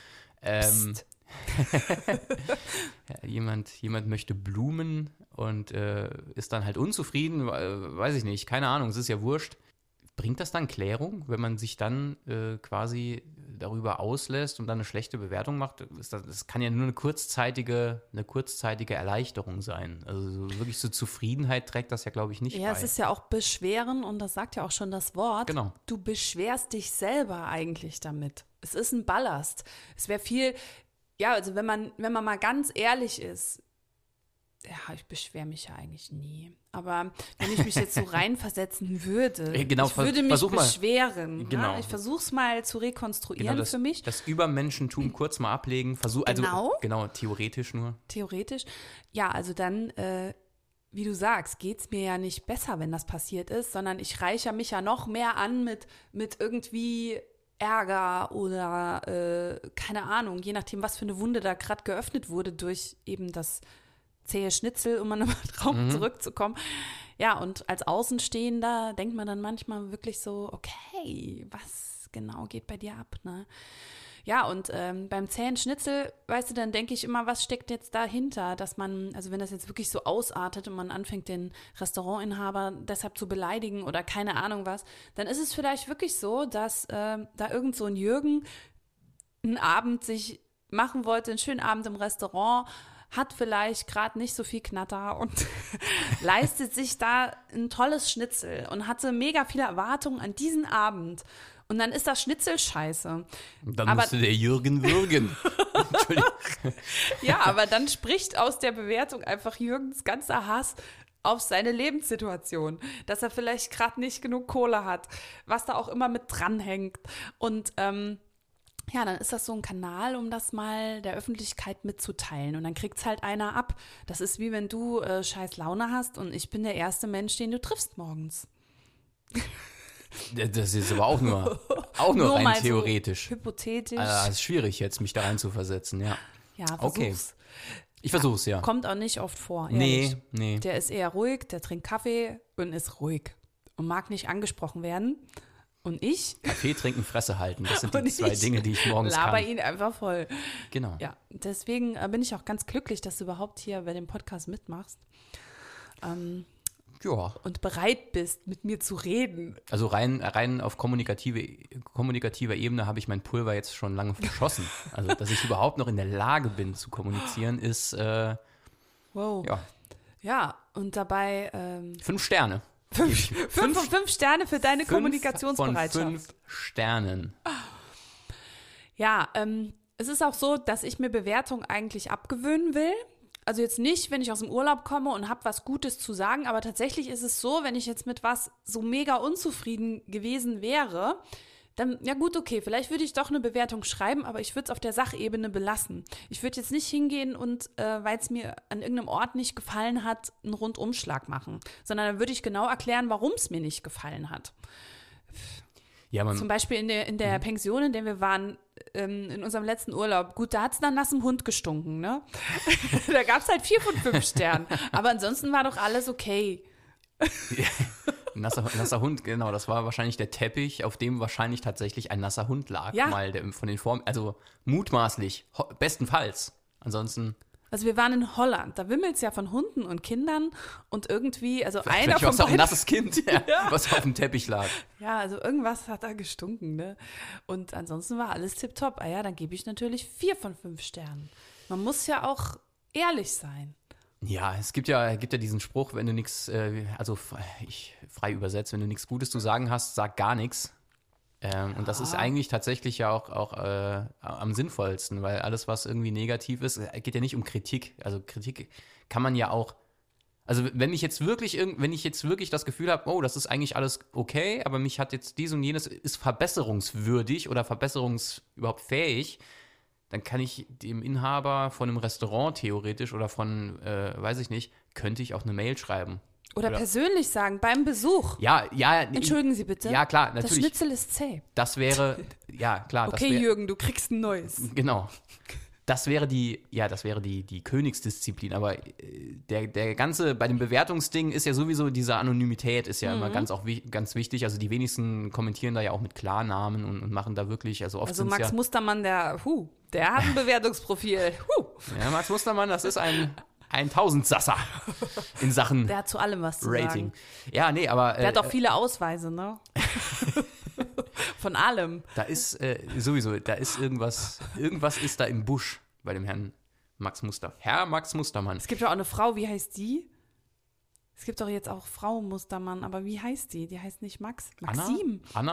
Jemand möchte Blumen und ist dann halt unzufrieden, weiß ich nicht, keine Ahnung, es ist ja wurscht. Bringt das dann Klärung, wenn man sich dann quasi darüber auslässt und dann eine schlechte Bewertung macht? Das kann ja nur eine kurzzeitige Erleichterung sein. Also so wirklich zur Zufriedenheit trägt das ja, glaube ich, nicht bei. Ja, es ist ja auch Beschweren und das sagt ja auch schon das Wort. Genau. Du beschwerst dich selber eigentlich damit. Es ist ein Ballast. Es wäre viel, ja, also wenn man mal ganz ehrlich ist, ja, ich beschwere mich ja eigentlich nie. Aber wenn ich mich jetzt so reinversetzen würde, genau, ich würde mich beschweren. Genau. Ja? Ich versuche es mal zu rekonstruieren für mich. Das Übermenschentum kurz mal ablegen. Genau, theoretisch nur. Theoretisch. Ja, also dann, wie du sagst, geht es mir ja nicht besser, wenn das passiert ist, sondern ich reichere mich ja noch mehr an mit irgendwie Ärger oder keine Ahnung, je nachdem, was für eine Wunde da gerade geöffnet wurde durch eben das zähe Schnitzel, um mal drauf zurückzukommen. Ja, und als Außenstehender denkt man dann manchmal wirklich so, okay, was genau geht bei dir ab, ne? Ja, und beim zähen Schnitzel, weißt du, dann denke ich immer, was steckt jetzt dahinter, dass man, also wenn das jetzt wirklich so ausartet und man anfängt, den Restaurantinhaber deshalb zu beleidigen oder keine Ahnung was, dann ist es vielleicht wirklich so, dass da irgend so ein Jürgen einen Abend sich machen wollte, einen schönen Abend im Restaurant, hat vielleicht gerade nicht so viel Knatter und leistet sich da ein tolles Schnitzel und hatte mega viele Erwartungen an diesen Abend. Und dann ist das Schnitzel scheiße. Dann musste der Jürgen würgen. Entschuldigung. Ja, aber dann spricht aus der Bewertung einfach Jürgens ganzer Hass auf seine Lebenssituation, dass er vielleicht gerade nicht genug Kohle hat, was da auch immer mit dranhängt. Und ja, dann ist das so ein Kanal, um das mal der Öffentlichkeit mitzuteilen. Und dann kriegt's halt einer ab. Das ist wie wenn du scheiß Laune hast und ich bin der erste Mensch, den du triffst morgens. Das ist aber auch nur rein mal theoretisch. So hypothetisch. Es ist schwierig jetzt, mich da rein zu versetzen, ja. Ja, versuch's. Okay. Ich versuch's, ja. Kommt auch nicht oft vor. Ehrlich. Nee. Der ist eher ruhig, der trinkt Kaffee und ist ruhig und mag nicht angesprochen werden. Und ich? Kaffee trinken, Fresse halten. Das sind die zwei Dinge, die ich morgens laber kann. ihn einfach voll. Genau. Ja, deswegen bin ich auch ganz glücklich, dass du überhaupt hier bei dem Podcast mitmachst. Ja. Und bereit bist, mit mir zu reden. Also rein auf kommunikativer Ebene habe ich mein Pulver jetzt schon lange verschossen. Also, dass ich überhaupt noch in der Lage bin zu kommunizieren, ist wow. Ja. Ja, und dabei 5 Sterne. 5 von 5 Sterne für deine Kommunikationsbereitschaft. 5 Sternen. Ja, es ist auch so, dass ich mir Bewertung eigentlich abgewöhnen will. Also jetzt nicht, wenn ich aus dem Urlaub komme und habe was Gutes zu sagen, aber tatsächlich ist es so, wenn ich jetzt mit was so mega unzufrieden gewesen wäre, dann, ja gut, okay, vielleicht würde ich doch eine Bewertung schreiben, aber ich würde es auf der Sachebene belassen. Ich würde jetzt nicht hingehen und, weil es mir an irgendeinem Ort nicht gefallen hat, einen Rundumschlag machen, sondern dann würde ich genau erklären, warum es mir nicht gefallen hat. Ja, Zum Beispiel in der Pension, in der wir waren, in unserem letzten Urlaub. Gut, da hat es dann nach dem Hund gestunken, ne? Da gab es halt 4 von 5 Sternen. Aber ansonsten war doch alles okay. Nasser Hund, genau, das war wahrscheinlich der Teppich, auf dem wahrscheinlich tatsächlich ein nasser Hund lag. Ja. Mal von den Formen, also mutmaßlich, bestenfalls. Ansonsten. Also wir waren in Holland, da wimmelt's ja von Hunden und Kindern und irgendwie, also einer Vielleicht von war es auch ein beiden, nasses Kind, was auf dem Teppich lag. ja, also irgendwas hat da gestunken, ne? Und ansonsten war alles tipptopp. Ah ja, dann gebe ich natürlich 4 von 5 Sternen. Man muss ja auch ehrlich sein. Ja, es gibt ja diesen Spruch, wenn du nichts, also ich frei übersetzt, wenn du nichts Gutes zu sagen hast, sag gar nichts. Und das ist eigentlich tatsächlich ja auch am sinnvollsten, weil alles, was irgendwie negativ ist, geht ja nicht um Kritik. Also Kritik kann man ja auch, also wenn ich jetzt wirklich das Gefühl habe, oh, das ist eigentlich alles okay, aber mich hat jetzt dies und jenes, ist verbesserungswürdig oder überhaupt fähig, dann kann ich dem Inhaber von einem Restaurant theoretisch oder von, weiß ich nicht, könnte ich auch eine Mail schreiben. Oder persönlich sagen, beim Besuch. Ja. Entschuldigen Sie bitte. Ja, klar, natürlich. Das Schnitzel ist zäh. Das wäre, ja, klar. Okay, Jürgen, du kriegst ein neues. Genau. Das wäre die Königsdisziplin. Aber der ganze, bei dem Bewertungsding ist ja sowieso diese Anonymität ist ja immer ganz wichtig. Also die wenigsten kommentieren da ja auch mit Klarnamen und machen da wirklich, also oft Also Max Mustermann, der hat ein Bewertungsprofil. Ja, Max Mustermann, das ist ein Tausendsasser in Sachen Der hat zu allem was zu Rating. sagen. Ja, nee, aber Der hat auch viele Ausweise, ne? Von allem. Da ist da ist irgendwas ist da im Busch bei dem Herrn Herr Max Mustermann. Es gibt ja auch eine Frau, wie heißt die? Es gibt doch jetzt auch Frau Mustermann, aber wie heißt die? Die heißt nicht Max. Maxim. Anna?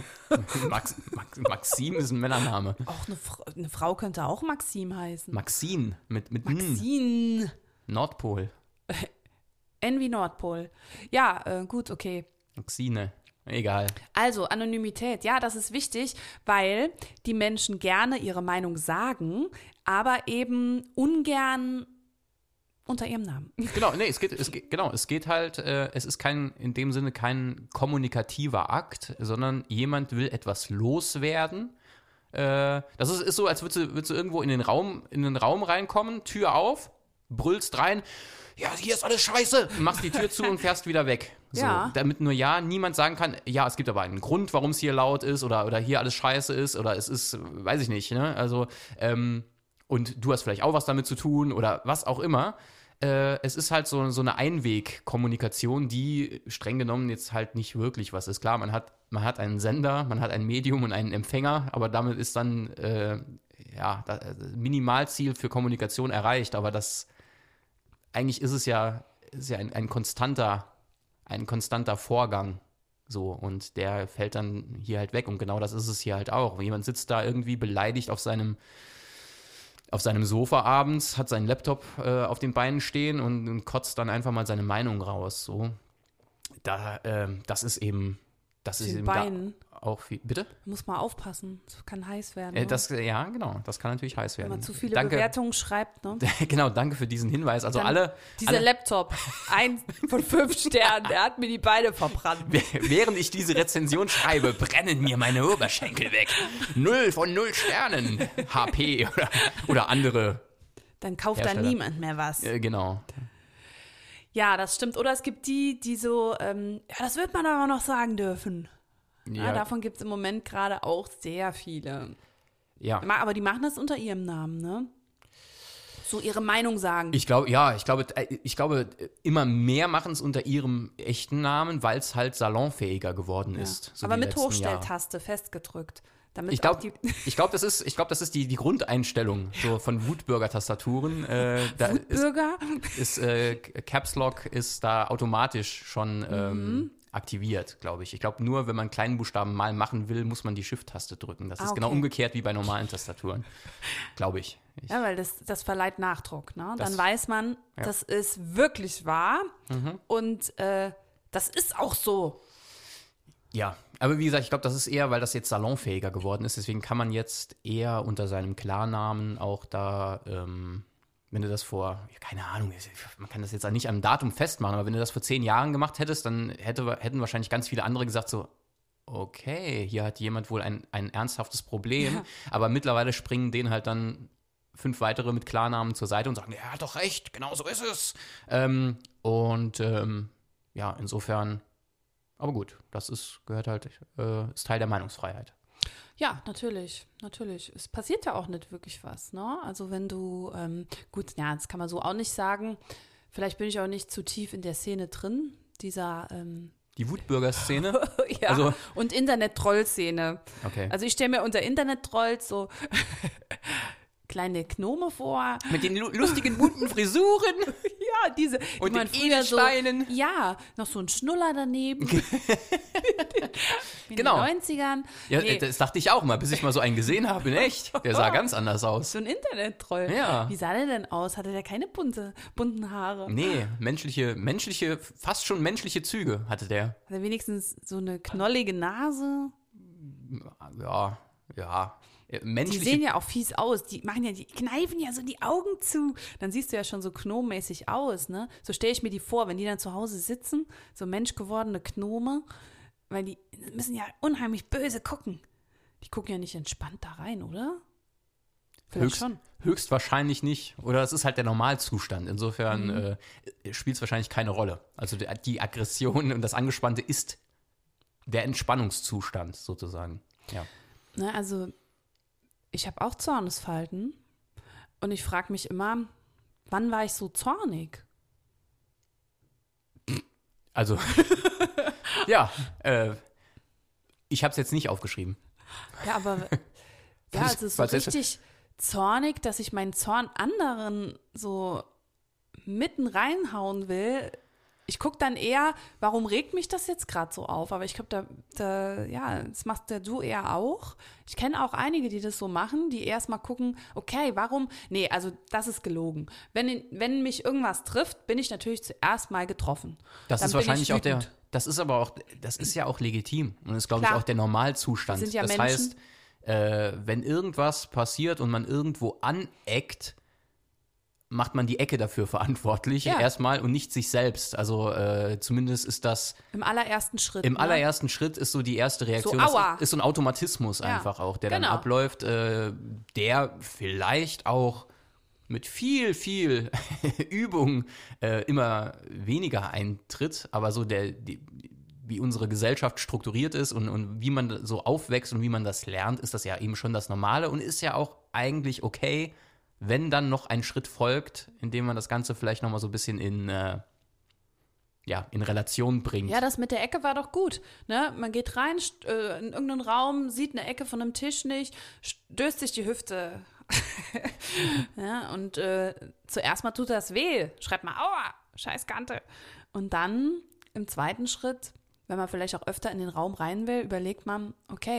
Maxim ist ein Männername. Auch eine Frau könnte auch Maxim heißen. Maxine mit Maxine. Nordpol. N wie Nordpol. Ja, gut, okay. Maxine. Egal. Also Anonymität, ja, das ist wichtig, weil die Menschen gerne ihre Meinung sagen, aber eben ungern unter ihrem Namen. Genau, nee, es geht halt, es ist in dem Sinne kein kommunikativer Akt, sondern jemand will etwas loswerden. Das ist so, als würdest du irgendwo in den Raum reinkommen, Tür auf, brüllst rein, ja, hier ist alles scheiße, machst die Tür zu und fährst wieder weg. So, ja. Damit nur niemand sagen kann, ja, es gibt aber einen Grund, warum es hier laut ist oder hier alles scheiße ist oder es ist, weiß ich nicht, ne? Also, und du hast vielleicht auch was damit zu tun oder was auch immer. Es ist halt so eine Einwegkommunikation, die streng genommen jetzt halt nicht wirklich was ist. Klar, man hat einen Sender, man hat ein Medium und einen Empfänger, aber damit ist dann das Minimalziel für Kommunikation erreicht. Aber eigentlich ist es ja ein konstanter Vorgang. So, und der fällt dann hier halt weg. Und genau das ist es hier halt auch. Jemand sitzt da irgendwie beleidigt auf seinem auf seinem Sofa abends, hat seinen Laptop auf den Beinen stehen und kotzt dann einfach mal seine Meinung raus. So. Das ist eben Beinen. auch viel. Bitte? Muss mal aufpassen, das kann heiß werden. Ja, genau, das kann natürlich heiß werden. Wenn man zu viele Bewertungen schreibt, ne? Genau, danke für diesen Hinweis. Also Dieser Laptop, 1 von 5 Sternen, der hat mir die Beine verbrannt. Während ich diese Rezension schreibe, brennen mir meine Oberschenkel weg. 0 von 0 Sternen. HP oder andere. Dann kauft da niemand mehr was. Genau. Ja, das stimmt. Oder es gibt die so, das wird man aber noch sagen dürfen. Ja, davon gibt es im Moment gerade auch sehr viele. Ja. Aber die machen das unter ihrem Namen, ne? So ihre Meinung sagen. Ich glaube, immer mehr machen es unter ihrem echten Namen, weil es halt salonfähiger geworden ist. So aber mit Hochstelltaste festgedrückt. Ich glaube, das ist die Grundeinstellung so von Wutbürger-Tastaturen. Wutbürger? Caps Lock ist da automatisch schon aktiviert, glaube ich. Ich glaube, nur wenn man kleinen Buchstaben mal machen will, muss man die Shift-Taste drücken. Das ist genau umgekehrt wie bei normalen Tastaturen, glaube ich. Ja, weil das verleiht Nachdruck. Ne? Dann weiß man, das ist wirklich wahr und das ist auch so. Ja, aber wie gesagt, ich glaube, das ist eher, weil das jetzt salonfähiger geworden ist. Deswegen kann man jetzt eher unter seinem Klarnamen auch da, wenn du das keine Ahnung, man kann das jetzt auch nicht am Datum festmachen, aber wenn du das vor 10 Jahren gemacht hättest, dann hätten wahrscheinlich ganz viele andere gesagt so, okay, hier hat jemand wohl ein ernsthaftes Problem. Ja. Aber mittlerweile springen denen halt dann 5 weitere mit Klarnamen zur Seite und sagen, er hat doch recht, genau so ist es. Insofern, aber gut, das ist Teil der Meinungsfreiheit. Ja, natürlich. Es passiert ja auch nicht wirklich was, ne? Also wenn du, das kann man so auch nicht sagen. Vielleicht bin ich auch nicht zu tief in der Szene drin, dieser die Wutbürger-Szene? Ja, also, und Internet-Troll-Szene. Okay. Also ich stelle mir unter Internet-Trolls so kleine Gnome vor. Mit den lustigen, bunten Frisuren. Ja, diese. Und den Edelsteinen. So, ja, noch so ein Schnuller daneben. Genau. In den 90ern. Ja, das dachte ich auch mal, bis ich mal so einen gesehen habe in echt. Der sah ganz anders aus. So ein Internet-Troll. Ja. Wie sah der denn aus? Hatte der keine bunten Haare? Nee, menschliche, fast schon menschliche Züge hatte der. Hat er wenigstens so eine knollige Nase? Ja. Die sehen ja auch fies aus. Die kneifen ja so die Augen zu. Dann siehst du ja schon so gnommäßig aus, ne? So stelle ich mir die vor, wenn die dann zu Hause sitzen, so menschgewordene Gnome, weil die müssen ja unheimlich böse gucken. Die gucken ja nicht entspannt da rein, oder? Vielleicht schon. Höchstwahrscheinlich nicht. Oder es ist halt der Normalzustand. Insofern spielt es wahrscheinlich keine Rolle. Also die Aggression und das Angespannte ist der Entspannungszustand sozusagen. Ja. Na, also ich habe auch Zornesfalten und ich frage mich immer, wann war ich so zornig? Also, ja, ich habe es jetzt nicht aufgeschrieben. Ja, aber also so richtig zornig, dass ich meinen Zorn anderen so mitten reinhauen will. Ich gucke dann eher, warum regt mich das jetzt gerade so auf? Aber ich glaube, das machst du eher auch. Ich kenne auch einige, die das so machen, die erst mal gucken, okay, warum? Nee, also das ist gelogen. Wenn mich irgendwas trifft, bin ich natürlich zuerst mal getroffen. Das ist wahrscheinlich auch das ist ja auch legitim. Und ist, glaube ich, auch der Normalzustand. Sind ja das Menschen. Heißt, wenn irgendwas passiert und man irgendwo aneckt, macht man die Ecke dafür verantwortlich erstmal und nicht sich selbst. Also zumindest ist das im allerersten Schritt. Allerersten Schritt ist so die erste Reaktion. So, aua. Das ist so ein Automatismus einfach auch, der dann abläuft, der vielleicht auch mit viel, viel Übung immer weniger eintritt, aber so wie unsere Gesellschaft strukturiert ist und wie man so aufwächst und wie man das lernt, ist das ja eben schon das Normale und ist ja auch eigentlich okay, wenn dann noch ein Schritt folgt, indem man das Ganze vielleicht nochmal so ein bisschen in Relation bringt. Ja, das mit der Ecke war doch gut. Ne? Man geht rein in irgendeinen Raum, sieht eine Ecke von einem Tisch nicht, stößt sich die Hüfte. Ja, und zuerst mal tut das weh. Schreibt mal, aua, scheiß Kante. Und dann im zweiten Schritt, wenn man vielleicht auch öfter in den Raum rein will, überlegt man, okay,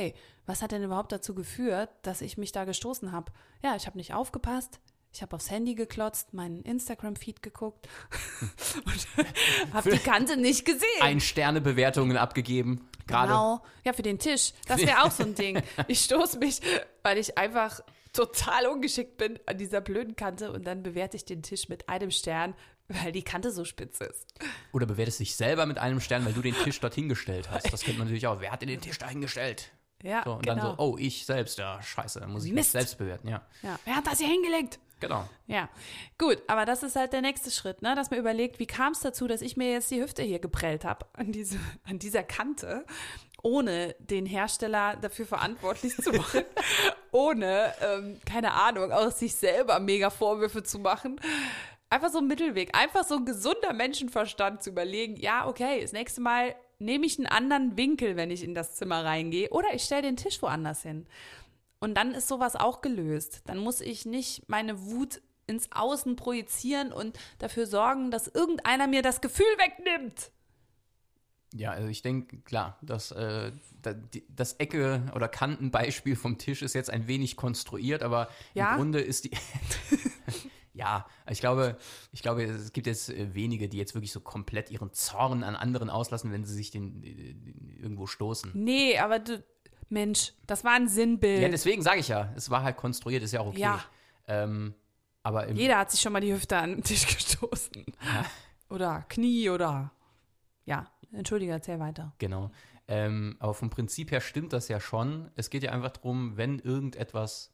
was hat denn überhaupt dazu geführt, dass ich mich da gestoßen habe? Ja, ich habe nicht aufgepasst. Ich habe aufs Handy geklotzt, meinen Instagram-Feed geguckt und habe die Kante nicht gesehen. 1-Sterne-Bewertungen abgegeben. Gerade. Genau. Ja, für den Tisch. Das wäre auch so ein Ding. Ich stoße mich, weil ich einfach total ungeschickt bin an dieser blöden Kante und dann bewerte ich den Tisch mit 1 Stern, weil die Kante so spitz ist. Oder bewertest dich selber mit 1 Stern, weil du den Tisch dorthin gestellt hast. Das kennt man natürlich auch. Wer hat denn den Tisch da hingestellt? Ja, so, und genau. dann so, oh, ich selbst. Ja, scheiße, dann muss ich mich selbst bewerten. Ja. Wer hat das hier hingelegt? Genau. Ja, gut, aber das ist halt der nächste Schritt, ne? Dass man überlegt, wie kam es dazu, dass ich mir jetzt die Hüfte hier geprellt habe an dieser Kante, ohne den Hersteller dafür verantwortlich zu machen, ohne, keine Ahnung, aus sich selber mega Vorwürfe zu machen. Einfach so ein Mittelweg, einfach so ein gesunder Menschenverstand zu überlegen, ja, okay, das nächste Mal nehme ich einen anderen Winkel, wenn ich in das Zimmer reingehe, oder ich stelle den Tisch woanders hin. Und dann ist sowas auch gelöst. Dann muss ich nicht meine Wut ins Außen projizieren und dafür sorgen, dass irgendeiner mir das Gefühl wegnimmt. Ja, also ich denke, klar, das Ecke- oder Kantenbeispiel vom Tisch ist jetzt ein wenig konstruiert, aber im Grunde ist die... Ja, ich glaube, es gibt jetzt wenige, die jetzt wirklich so komplett ihren Zorn an anderen auslassen, wenn sie sich irgendwo stoßen. Nee, aber Mensch, das war ein Sinnbild. Ja, deswegen sage ich ja, es war halt konstruiert, ist ja auch okay. Ja. Aber jeder hat sich schon mal die Hüfte an den Tisch gestoßen. Ja. Oder Knie oder... Ja, entschuldige, erzähl weiter. Genau. Aber vom Prinzip her stimmt das ja schon. Es geht ja einfach darum, wenn irgendetwas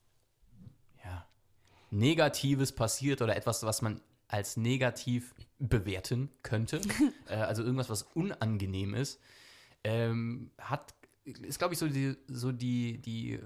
Negatives passiert oder etwas, was man als negativ bewerten könnte, also irgendwas, was unangenehm ist, ist, glaube ich, so die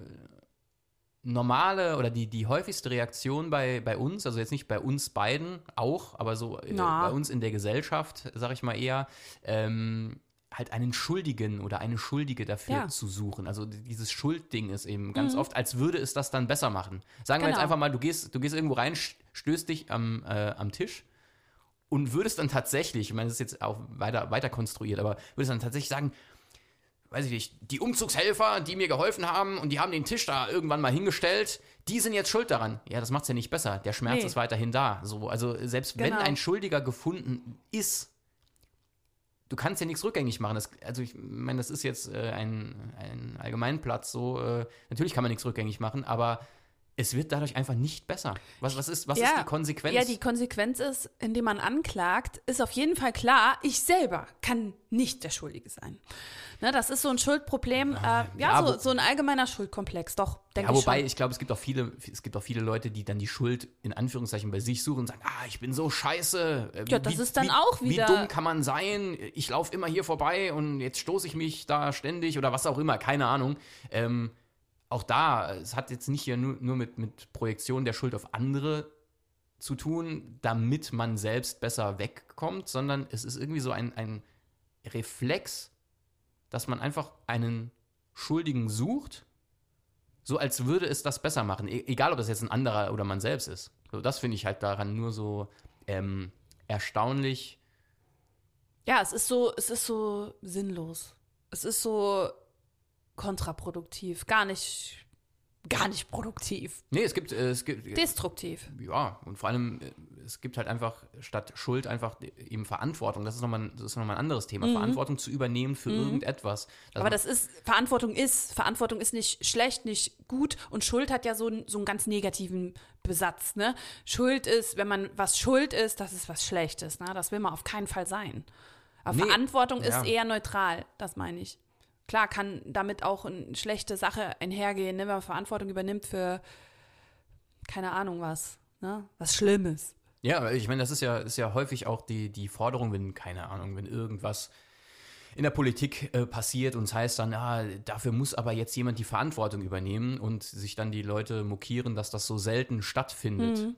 normale oder die häufigste Reaktion bei uns, also jetzt nicht bei uns beiden auch, aber so bei uns in der Gesellschaft, sage ich mal eher, halt einen Schuldigen oder eine Schuldige dafür zu suchen. Also dieses Schuldding ist eben ganz oft, als würde es das dann besser machen. Sagen wir jetzt einfach mal, du gehst irgendwo rein, stößt dich am Tisch und würdest dann tatsächlich, ich meine, das ist jetzt auch weiter konstruiert, aber würdest dann tatsächlich sagen, weiß ich nicht, die Umzugshelfer, die mir geholfen haben und die haben den Tisch da irgendwann mal hingestellt, die sind jetzt schuld daran. Ja, das macht es ja nicht besser. Der Schmerz ist weiterhin da. So, also selbst wenn ein Schuldiger gefunden ist, du kannst ja nichts rückgängig machen. Ich meine, das ist jetzt ein Allgemeinplatz so. Natürlich kann man nichts rückgängig machen, aber es wird dadurch einfach nicht besser. Was ist die Konsequenz? Ja, die Konsequenz ist, indem man anklagt, ist auf jeden Fall klar, ich selber kann nicht der Schuldige sein. Ne, das ist so ein Schuldproblem, so ein allgemeiner Schuldkomplex, doch, denke ich schon. Wobei, ich glaube, es gibt auch viele Leute, die dann die Schuld in Anführungszeichen bei sich suchen und sagen, ich bin so scheiße. Das ist dann auch wieder... Wie dumm kann man sein? Ich laufe immer hier vorbei und jetzt stoße ich mich da ständig oder was auch immer, keine Ahnung. Auch da, es hat jetzt nicht hier nur mit Projektion der Schuld auf andere zu tun, damit man selbst besser wegkommt, sondern es ist irgendwie so ein Reflex, dass man einfach einen Schuldigen sucht, so als würde es das besser machen. Egal, ob das jetzt ein anderer oder man selbst ist. So, das finde ich halt daran nur so erstaunlich. Ja, es ist so sinnlos. Es ist so kontraproduktiv, gar nicht produktiv. Nee, es gibt destruktiv. Ja, und vor allem, es gibt halt einfach statt Schuld einfach eben Verantwortung. Das ist nochmal ein anderes Thema. Verantwortung zu übernehmen für irgendetwas. Aber Verantwortung ist nicht schlecht, nicht gut und Schuld hat ja so einen ganz negativen Besatz, ne? Schuld ist, wenn man was schuld ist, das ist was Schlechtes, ne? Das will man auf keinen Fall sein. Aber Verantwortung ist eher neutral, das meine ich. Klar kann damit auch eine schlechte Sache einhergehen, ne, wenn man Verantwortung übernimmt für, keine Ahnung was, ne, was Schlimmes. Ja, ich meine, das ist ja häufig auch die Forderung, wenn irgendwas in der Politik passiert und es heißt dann, dafür muss aber jetzt jemand die Verantwortung übernehmen und sich dann die Leute mokieren, dass das so selten stattfindet.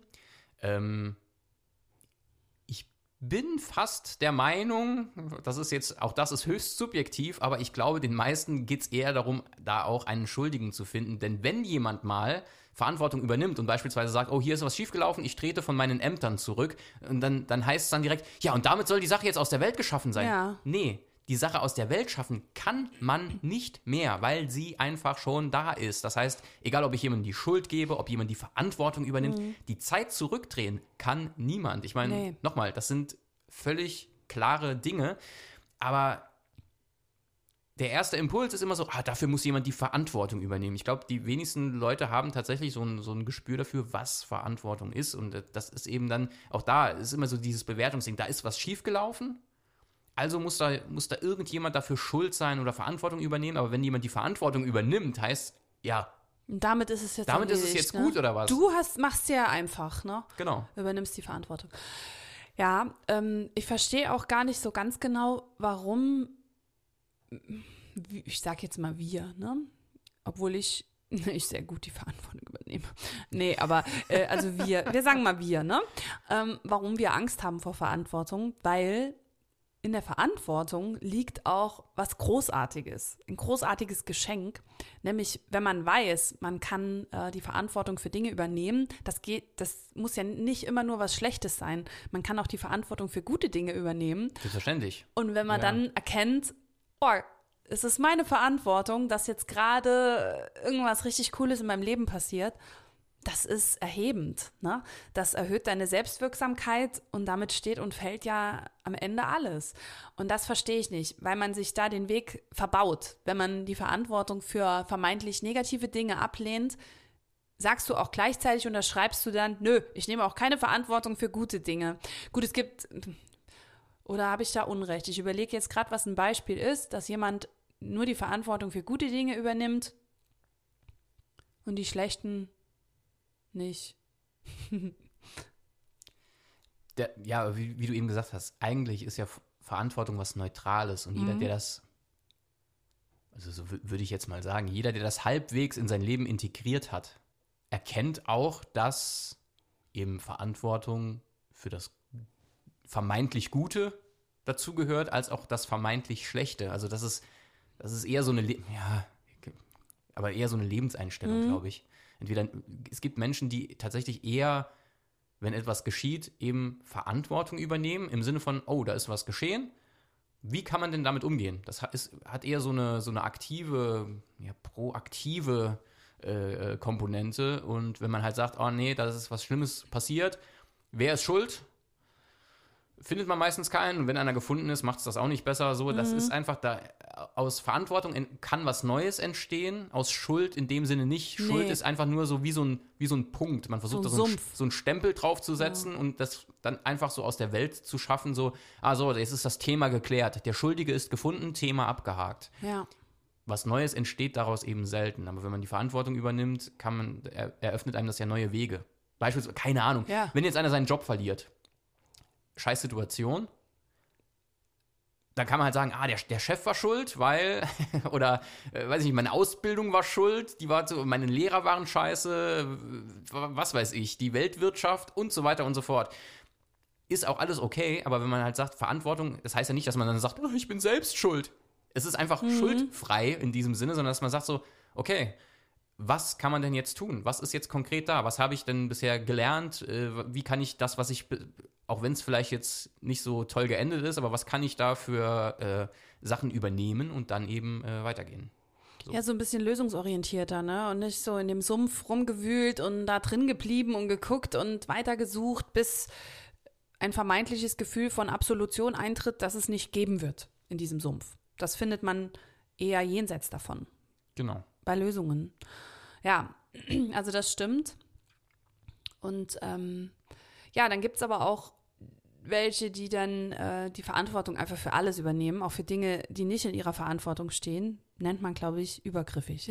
Bin fast der Meinung, das ist höchst subjektiv, aber ich glaube, den meisten geht es eher darum, da auch einen Schuldigen zu finden. Denn wenn jemand mal Verantwortung übernimmt und beispielsweise sagt, hier ist was schiefgelaufen, ich trete von meinen Ämtern zurück, und dann heißt es dann direkt, ja, und damit soll die Sache jetzt aus der Welt geschaffen sein. Ja. Nee, die Sache aus der Welt schaffen kann man nicht mehr, weil sie einfach schon da ist. Das heißt, egal ob ich jemandem die Schuld gebe, ob jemand die Verantwortung übernimmt, die Zeit zurückdrehen kann niemand. Ich meine, nochmal, das sind völlig klare Dinge, aber der erste Impuls ist immer so, dafür muss jemand die Verantwortung übernehmen. Ich glaube, die wenigsten Leute haben tatsächlich so ein Gespür dafür, was Verantwortung ist. Und das ist eben dann, auch da ist immer so dieses Bewertungsding, da ist was schiefgelaufen. Also muss da irgendjemand dafür schuld sein oder Verantwortung übernehmen. Aber wenn jemand die Verantwortung übernimmt, heißt, ja. Und damit ist es jetzt damit ist es jetzt gut, oder was? Du machst ja einfach, ne? Genau. Übernimmst die Verantwortung. Ja, ich verstehe auch gar nicht so ganz genau, warum, ich sag jetzt mal wir, ne? Obwohl ich sehr gut die Verantwortung übernehme. Nee, aber also wir sagen mal wir, ne? Warum wir Angst haben vor Verantwortung, weil in der Verantwortung liegt auch was Großartiges, ein großartiges Geschenk, nämlich wenn man weiß, man kann die Verantwortung für Dinge übernehmen, das muss ja nicht immer nur was Schlechtes sein, man kann auch die Verantwortung für gute Dinge übernehmen. Selbstverständlich. Und wenn man dann erkennt, es ist meine Verantwortung, dass jetzt gerade irgendwas richtig Cooles in meinem Leben passiert, das ist erhebend, ne? Das erhöht deine Selbstwirksamkeit und damit steht und fällt ja am Ende alles. Und das verstehe ich nicht, weil man sich da den Weg verbaut. Wenn man die Verantwortung für vermeintlich negative Dinge ablehnt, sagst du auch gleichzeitig, unterschreibst du dann, nö, ich nehme auch keine Verantwortung für gute Dinge. Gut, es gibt, oder habe ich da Unrecht? Ich überlege jetzt gerade, was ein Beispiel ist, dass jemand nur die Verantwortung für gute Dinge übernimmt und die schlechten nicht. Wie du eben gesagt hast, eigentlich ist ja Verantwortung was Neutrales und jeder, der das, also so würde ich jetzt mal sagen, jeder, der das halbwegs in sein Leben integriert hat, erkennt auch, dass eben Verantwortung für das vermeintlich Gute dazugehört, als auch das vermeintlich Schlechte. Also das ist eher so eine, aber eher so eine Lebenseinstellung, glaube ich. Entweder, es gibt Menschen, die tatsächlich eher, wenn etwas geschieht, eben Verantwortung übernehmen, im Sinne von, da ist was geschehen, wie kann man denn damit umgehen? Das hat eher so eine aktive, proaktive Komponente. Und wenn man halt sagt, nee, da ist was Schlimmes passiert, wer ist schuld? Findet man meistens keinen. Und wenn einer gefunden ist, macht es das auch nicht besser. So, das ist einfach da, aus Verantwortung kann was Neues entstehen, aus Schuld in dem Sinne nicht. Nee. Schuld ist einfach nur so wie so ein Punkt. Man versucht so einen Stempel draufzusetzen und das dann einfach so aus der Welt zu schaffen, jetzt ist das Thema geklärt. Der Schuldige ist gefunden, Thema abgehakt. Ja. Was Neues entsteht daraus eben selten. Aber wenn man die Verantwortung übernimmt, eröffnet einem das ja neue Wege. Beispielsweise, keine Ahnung, wenn jetzt einer seinen Job verliert, scheiß Situation, dann kann man halt sagen, der Chef war schuld, weil, oder, weiß ich nicht, meine Ausbildung war schuld, meine Lehrer waren scheiße, was weiß ich, die Weltwirtschaft und so weiter und so fort. Ist auch alles okay, aber wenn man halt sagt, Verantwortung, das heißt ja nicht, dass man dann sagt, ich bin selbst schuld. Es ist einfach schuldfrei in diesem Sinne, sondern dass man sagt so, okay, was kann man denn jetzt tun? Was ist jetzt konkret da? Was habe ich denn bisher gelernt? Wie kann ich das, was ich, auch wenn es vielleicht jetzt nicht so toll geendet ist, aber was kann ich da für Sachen übernehmen und dann eben weitergehen? So. Ja, so ein bisschen lösungsorientierter, ne? Und nicht so in dem Sumpf rumgewühlt und da drin geblieben und geguckt und weitergesucht, bis ein vermeintliches Gefühl von Absolution eintritt, dass es nicht geben wird in diesem Sumpf. Das findet man eher jenseits davon. Genau. Bei Lösungen. Ja, also das stimmt. Und dann gibt es aber auch welche, die dann die Verantwortung einfach für alles übernehmen, auch für Dinge, die nicht in ihrer Verantwortung stehen. Nennt man, glaube ich, übergriffig.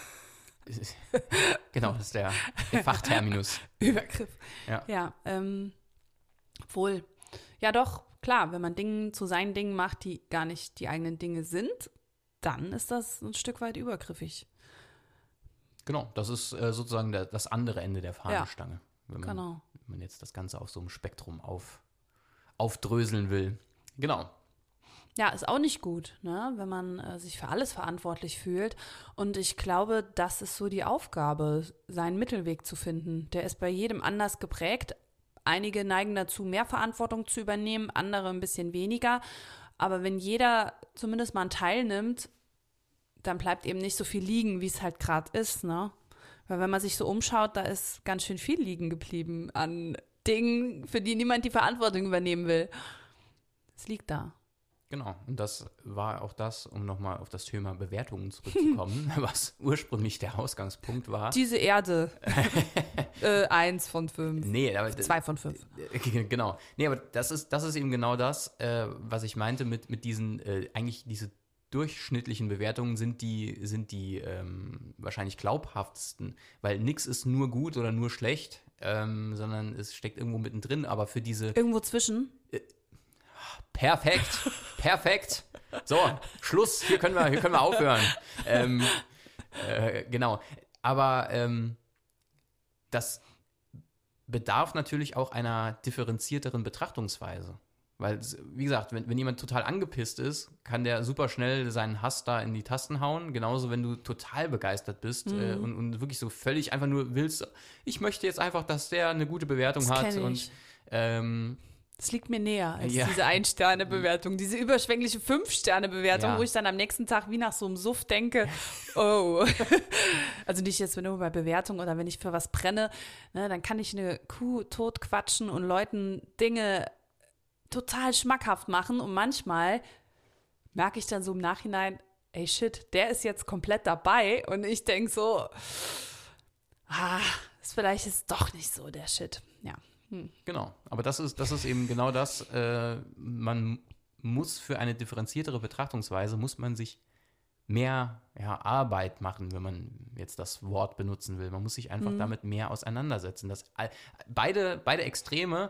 Genau, das ist der Fachterminus. Übergriff. Ja. Obwohl, ja doch, klar, wenn man Dinge zu seinen Dingen macht, die gar nicht die eigenen Dinge sind, dann ist das ein Stück weit übergriffig. Genau, das ist sozusagen das andere Ende der Fahnenstange. Wenn man jetzt das Ganze auf so einem Spektrum aufdröseln will. Genau. Ja, ist auch nicht gut, ne? Wenn man sich für alles verantwortlich fühlt. Und ich glaube, das ist so die Aufgabe, seinen Mittelweg zu finden. Der ist bei jedem anders geprägt. Einige neigen dazu, mehr Verantwortung zu übernehmen, andere ein bisschen weniger. Aber wenn jeder zumindest mal einen Teil nimmt, dann bleibt eben nicht so viel liegen, wie es halt gerade ist, ne? Weil wenn man sich so umschaut, da ist ganz schön viel liegen geblieben an Dingen, für die niemand die Verantwortung übernehmen will. Es liegt da. Genau, und das war auch das, um nochmal auf das Thema Bewertungen zurückzukommen, was ursprünglich der Ausgangspunkt war. Diese Erde. 1 von 5. Nee, aber 2 von 5. Genau. Nee, aber das ist eben genau das, was ich meinte mit diesen, eigentlich diese durchschnittlichen Bewertungen sind die wahrscheinlich glaubhaftesten, weil nichts ist nur gut oder nur schlecht, sondern es steckt irgendwo mittendrin, aber für diese... Irgendwo zwischen? Perfekt. So, Schluss, hier können wir aufhören. Genau, aber das bedarf natürlich auch einer differenzierteren Betrachtungsweise. Weil, wie gesagt, wenn jemand total angepisst ist, kann der super schnell seinen Hass da in die Tasten hauen. Genauso, wenn du total begeistert bist und wirklich so völlig einfach nur willst, ich möchte jetzt einfach, dass der eine gute Bewertung das hat. Und das liegt mir näher als Ja. diese 1-Sterne-Bewertung, diese überschwängliche 5-Sterne-Bewertung, Ja. wo ich dann am nächsten Tag wie nach so einem Suff denke, oh. Also nicht jetzt nur bei Bewertung oder wenn ich für was brenne, ne, dann kann ich eine Kuh totquatschen und Leuten Dinge total schmackhaft machen und manchmal merke ich dann so im Nachhinein, ey shit, der ist jetzt komplett dabei und ich denke so, vielleicht ist doch nicht so der Shit, ja. Genau, aber das ist eben genau das, man muss für eine differenziertere Betrachtungsweise, muss man sich mehr Arbeit machen, wenn man jetzt das Wort benutzen will. Man muss sich einfach damit mehr auseinandersetzen. Beide Extreme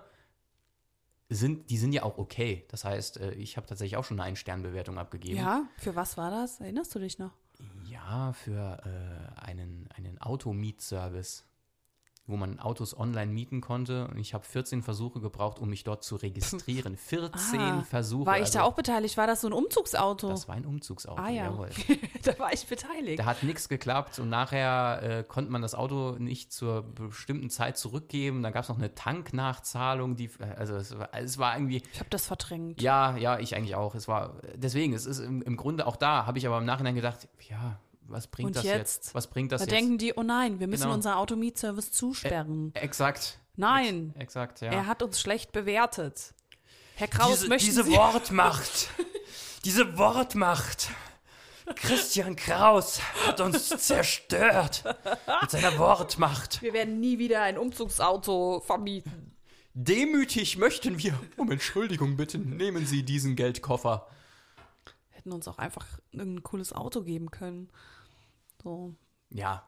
sind ja auch okay. Das heißt, ich habe tatsächlich auch schon eine 1-Stern-Bewertung abgegeben. Ja, für was war das? Erinnerst du dich noch? Ja, für einen Automietservice, wo man Autos online mieten konnte. Und ich habe 14 Versuche gebraucht, um mich dort zu registrieren. 14 Versuche. War ich da auch beteiligt? War das so ein Umzugsauto? Das war ein Umzugsauto, ja. jawohl. Da war ich beteiligt. Da hat nichts geklappt und nachher konnte man das Auto nicht zur bestimmten Zeit zurückgeben. Dann gab es noch eine Tanknachzahlung. Es war irgendwie... Ich habe das verdrängt. Ja, ich eigentlich auch. Deswegen, es ist im Grunde auch da, habe ich aber im Nachhinein gedacht, ja... Was bringt und das jetzt? Was bringt das da jetzt? denken die, oh nein, wir müssen Genau. unseren Automietservice zusperren. Exakt. Nein. Exakt, ja. Er hat uns schlecht bewertet. Herr Kraus, möchten diese Sie... Wortmacht. Diese Wortmacht. Christian Kraus hat uns zerstört mit seiner Wortmacht. Wir werden nie wieder ein Umzugsauto vermieten. Demütig möchten wir um Entschuldigung bitten. Nehmen Sie diesen Geldkoffer. Hätten uns auch einfach ein cooles Auto geben können. So. Ja.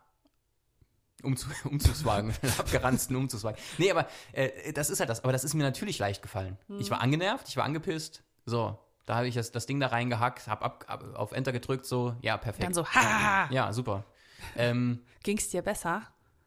Umzugswagen, abgeranzten Umzugswagen. Nee, aber das ist halt das. Aber das ist mir natürlich leicht gefallen. Ich war angenervt, ich war angepisst. So, da habe ich das Ding da reingehackt, habe auf Enter gedrückt, so, ja, perfekt. Dann so, ha! Ja, super. Ging's dir besser?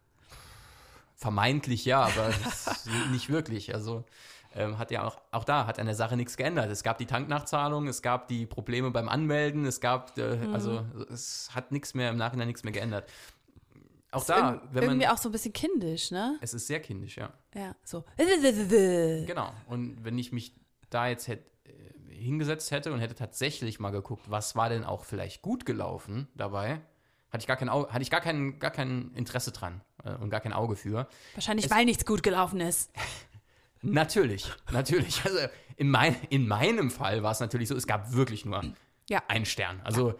Vermeintlich ja, aber nicht wirklich. Also hat ja auch da hat an der Sache nichts geändert. Es gab die Tanknachzahlung, es gab die Probleme beim Anmelden, es gab, also es hat nichts mehr, im Nachhinein nichts mehr geändert. Auch da, wenn man... Irgendwie auch so ein bisschen kindisch, ne? Es ist sehr kindisch, ja. Ja, so. Genau. Und wenn ich mich da jetzt hingesetzt hätte und hätte tatsächlich mal geguckt, was war denn auch vielleicht gut gelaufen dabei, hatte ich gar kein Interesse dran und gar kein Auge für. Wahrscheinlich, weil nichts gut gelaufen ist. Natürlich. Also in meinem Fall war es natürlich so, es gab wirklich nur einen Stern. Also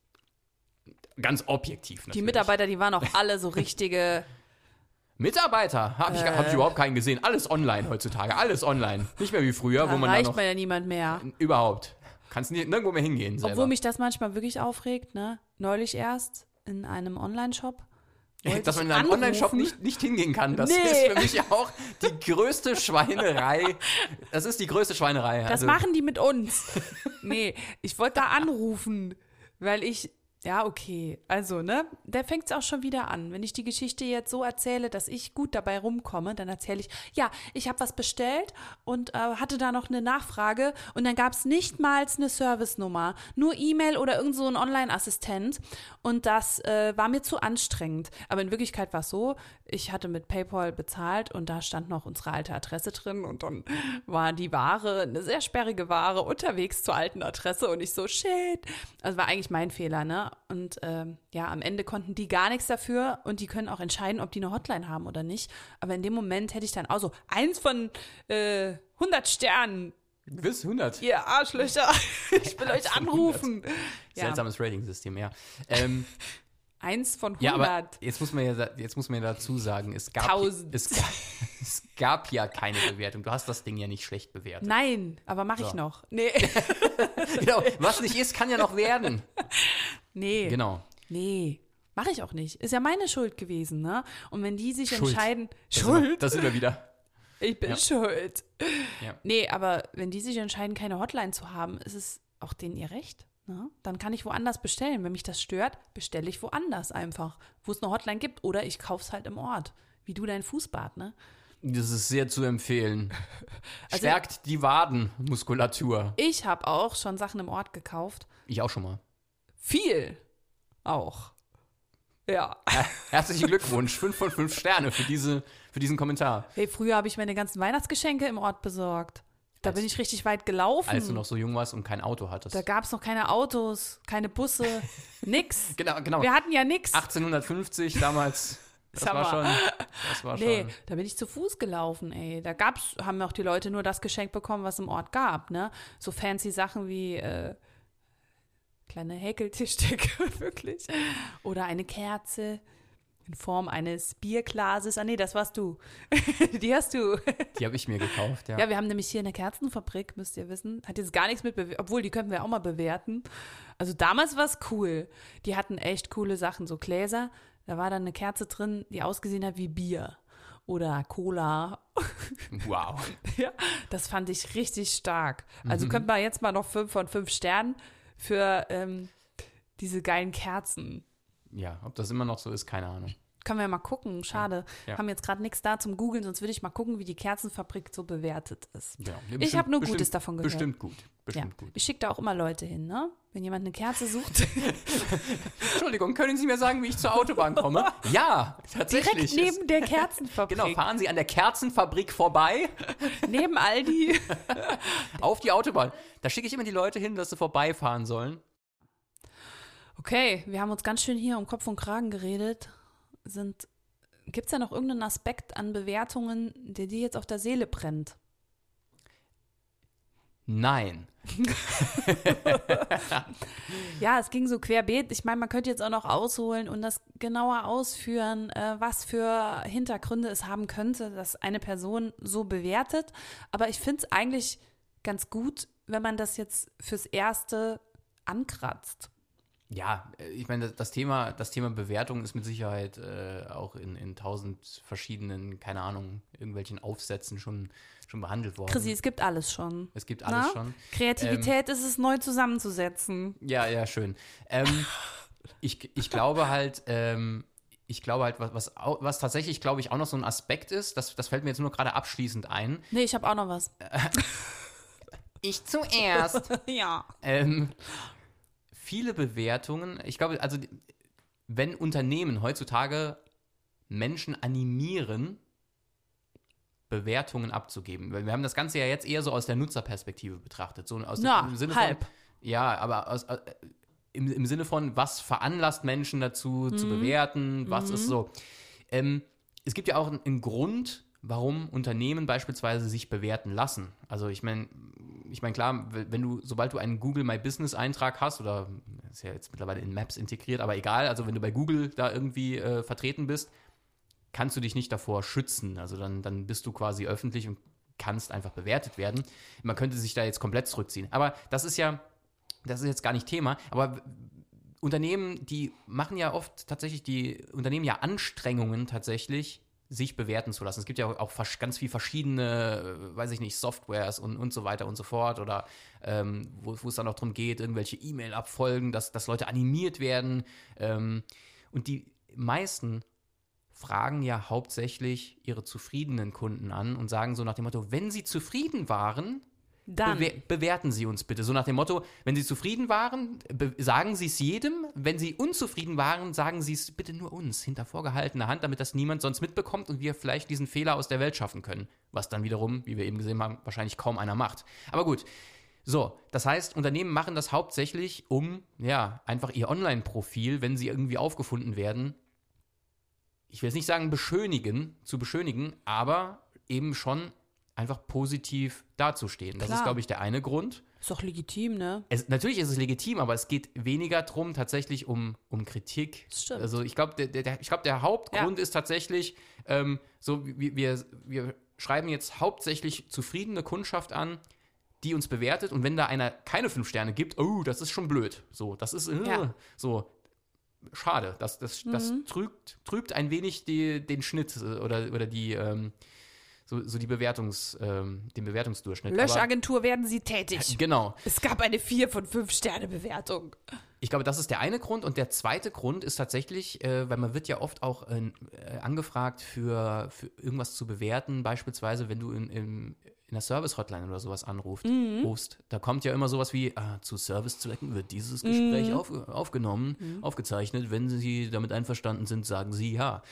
ganz objektiv natürlich. Die Mitarbeiter, die waren auch alle so richtige... Mitarbeiter? Hab ich überhaupt keinen gesehen. Alles online heutzutage. Alles online. Nicht mehr wie früher, Da wo man reicht da noch... man ja niemand mehr. Überhaupt. Kannst nirgendwo mehr hingehen selber. Obwohl mich das manchmal wirklich aufregt, ne? Neulich erst in einem Online-Shop. Dass man in einem Online-Shop nicht hingehen kann, das ist für mich auch die größte Schweinerei. Das ist die größte Schweinerei. Das machen die mit uns. Nee, ich wollte da anrufen, weil ich Ja, okay. Also, ne, da fängt es auch schon wieder an. Wenn ich die Geschichte jetzt so erzähle, dass ich gut dabei rumkomme, dann erzähle ich, ja, ich habe was bestellt und hatte da noch eine Nachfrage und dann gab es nicht mal eine Servicenummer, nur E-Mail oder irgend so ein Online-Assistent und das war mir zu anstrengend. Aber in Wirklichkeit war es so, ich hatte mit PayPal bezahlt und da stand noch unsere alte Adresse drin und dann war die Ware, eine sehr sperrige Ware, unterwegs zur alten Adresse und ich so, shit. Also war eigentlich mein Fehler, ne? Und ja, am Ende konnten die gar nichts dafür und die können auch entscheiden, ob die eine Hotline haben oder nicht. Aber in dem Moment hätte ich dann auch so 1 von 100 Sternen. Bis 100. Ihr Arschlöcher, ich will euch anrufen. Ja. Seltsames Rating-System, ja. 1 von 100. Ja, aber jetzt muss man ja dazu sagen, es gab ja keine Bewertung. Du hast das Ding ja nicht schlecht bewertet. Nein, aber mache ich noch. Nee. Genau, was nicht ist, kann ja noch werden. Nee. Genau. Nee. Mache ich auch nicht. Ist ja meine Schuld gewesen, ne? Und wenn die sich entscheiden. Das sind wir wieder. Ich bin schuld. Ja. Nee, aber wenn die sich entscheiden, keine Hotline zu haben, ist es auch denen ihr Recht. Ne? Dann kann ich woanders bestellen. Wenn mich das stört, bestelle ich woanders einfach, wo es eine Hotline gibt. Oder ich kaufe es halt im Ort. Wie du dein Fußbad, ne? Das ist sehr zu empfehlen. Stärkt die Wadenmuskulatur. Ich habe auch schon Sachen im Ort gekauft. Ich auch schon mal. Viel. Auch. Ja. Herzlichen Glückwunsch. 5 von 5 Sterne für diesen Kommentar. Hey, früher habe ich meine ganzen Weihnachtsgeschenke im Ort besorgt. Da bin ich richtig weit gelaufen. Als du noch so jung warst und kein Auto hattest. Da gab es noch keine Autos, keine Busse, nix. Genau. Wir hatten ja nix. 1850 damals. Das war schon. Nee, da bin ich zu Fuß gelaufen, ey. Da haben auch die Leute nur das geschenkt bekommen, was im Ort gab, ne? So fancy Sachen wie kleine Häkeltischdecke, wirklich. Oder eine Kerze in Form eines Bierglases. Ah nee, das warst du. Die hast du. Die habe ich mir gekauft, ja. Ja, wir haben nämlich hier eine Kerzenfabrik, müsst ihr wissen. Hat jetzt gar nichts mit, obwohl die könnten wir auch mal bewerten. Also damals war es cool. Die hatten echt coole Sachen, so Gläser. Da war dann eine Kerze drin, die ausgesehen hat wie Bier oder Cola. Wow. Ja, das fand ich richtig stark. Also könnte man jetzt mal noch 5 von 5 Sternen für diese geilen Kerzen. Ja, ob das immer noch so ist, keine Ahnung. Können wir mal gucken, schade. Ja. Haben jetzt gerade nichts da zum Googeln, sonst würde ich mal gucken, wie die Kerzenfabrik so bewertet ist. Ja, ich habe nur Gutes davon gehört. Bestimmt gut. Ich schicke da auch immer Leute hin, ne? Wenn jemand eine Kerze sucht. Entschuldigung, können Sie mir sagen, wie ich zur Autobahn komme? Ja, tatsächlich. Direkt neben der Kerzenfabrik. Genau, fahren Sie an der Kerzenfabrik vorbei. Neben Aldi. Auf die Autobahn. Da schicke ich immer die Leute hin, dass sie vorbeifahren sollen. Okay, wir haben uns ganz schön hier um Kopf und Kragen geredet. Gibt es ja noch irgendeinen Aspekt an Bewertungen, der dir jetzt auf der Seele brennt? Nein. Ja, es ging so querbeet. Ich meine, man könnte jetzt auch noch ausholen und das genauer ausführen, was für Hintergründe es haben könnte, dass eine Person so bewertet. Aber ich finde es eigentlich ganz gut, wenn man das jetzt fürs Erste ankratzt. Ja, ich meine, das Thema Bewertung ist mit Sicherheit auch in 1000 verschiedenen, keine Ahnung, irgendwelchen Aufsätzen schon behandelt worden. Chrissy, es gibt alles schon. Es gibt alles schon. Kreativität ist es, neu zusammenzusetzen. Ja, schön. Ich glaube halt, was tatsächlich, glaube ich, auch noch so ein Aspekt ist, das fällt mir jetzt nur gerade abschließend ein. Nee, ich habe auch noch was. Ich zuerst. Ja. Viele Bewertungen, ich glaube, also wenn Unternehmen heutzutage Menschen animieren, Bewertungen abzugeben, weil wir haben das Ganze ja jetzt eher so aus der Nutzerperspektive betrachtet, so im Sinne halb. von, ja, aber im Sinne von, was veranlasst Menschen dazu zu bewerten, was ist so. Es gibt ja auch einen Grund, warum Unternehmen beispielsweise sich bewerten lassen. Also ich meine, klar, sobald du einen Google My Business Eintrag hast, oder ist ja jetzt mittlerweile in Maps integriert, aber egal, also wenn du bei Google da irgendwie vertreten bist, kannst du dich nicht davor schützen. Also dann bist du quasi öffentlich und kannst einfach bewertet werden. Man könnte sich da jetzt komplett zurückziehen. Aber das ist jetzt gar nicht Thema, aber Unternehmen, die machen ja oft tatsächlich, die Unternehmen ja Anstrengungen tatsächlich, sich bewerten zu lassen. Es gibt ja auch ganz viel verschiedene, weiß ich nicht, Softwares und so weiter und so fort oder wo es dann auch darum geht, irgendwelche E-Mail-Abfolgen, dass Leute animiert werden. Und die meisten fragen ja hauptsächlich ihre zufriedenen Kunden an und sagen so nach dem Motto, wenn sie zufrieden waren, Dann. bewerten Sie uns bitte. So nach dem Motto, wenn Sie zufrieden waren, sagen Sie es jedem. Wenn Sie unzufrieden waren, sagen Sie es bitte nur uns, hinter vorgehaltener Hand, damit das niemand sonst mitbekommt und wir vielleicht diesen Fehler aus der Welt schaffen können. Was dann wiederum, wie wir eben gesehen haben, wahrscheinlich kaum einer macht. Aber gut. So, das heißt, Unternehmen machen das hauptsächlich, um, ja, einfach ihr Online-Profil, wenn sie irgendwie aufgefunden werden, ich will jetzt nicht sagen zu beschönigen, aber eben schon einfach positiv dazustehen. Das Klar. ist, glaube ich, der eine Grund. Ist doch legitim, ne? Natürlich ist es legitim, aber es geht weniger darum, tatsächlich um Kritik. Das stimmt. Also ich glaube, der Hauptgrund ist tatsächlich, so wir schreiben jetzt hauptsächlich zufriedene Kundschaft an, die uns bewertet und wenn da einer keine 5 Sterne gibt, oh, das ist schon blöd. So, das ist so schade. Das trübt ein wenig den Schnitt oder die so die den Bewertungsdurchschnitt. Löschagentur werden Sie tätig. Genau. Es gab eine 4 von 5 Sterne Bewertung. Ich glaube, das ist der eine Grund. Und der zweite Grund ist tatsächlich, weil man wird ja oft auch angefragt, für irgendwas zu bewerten. Beispielsweise, wenn du in der Service-Hotline oder sowas rufst, da kommt ja immer sowas wie, zu Servicezwecken wird dieses Gespräch aufgezeichnet. Wenn Sie damit einverstanden sind, sagen Sie ja.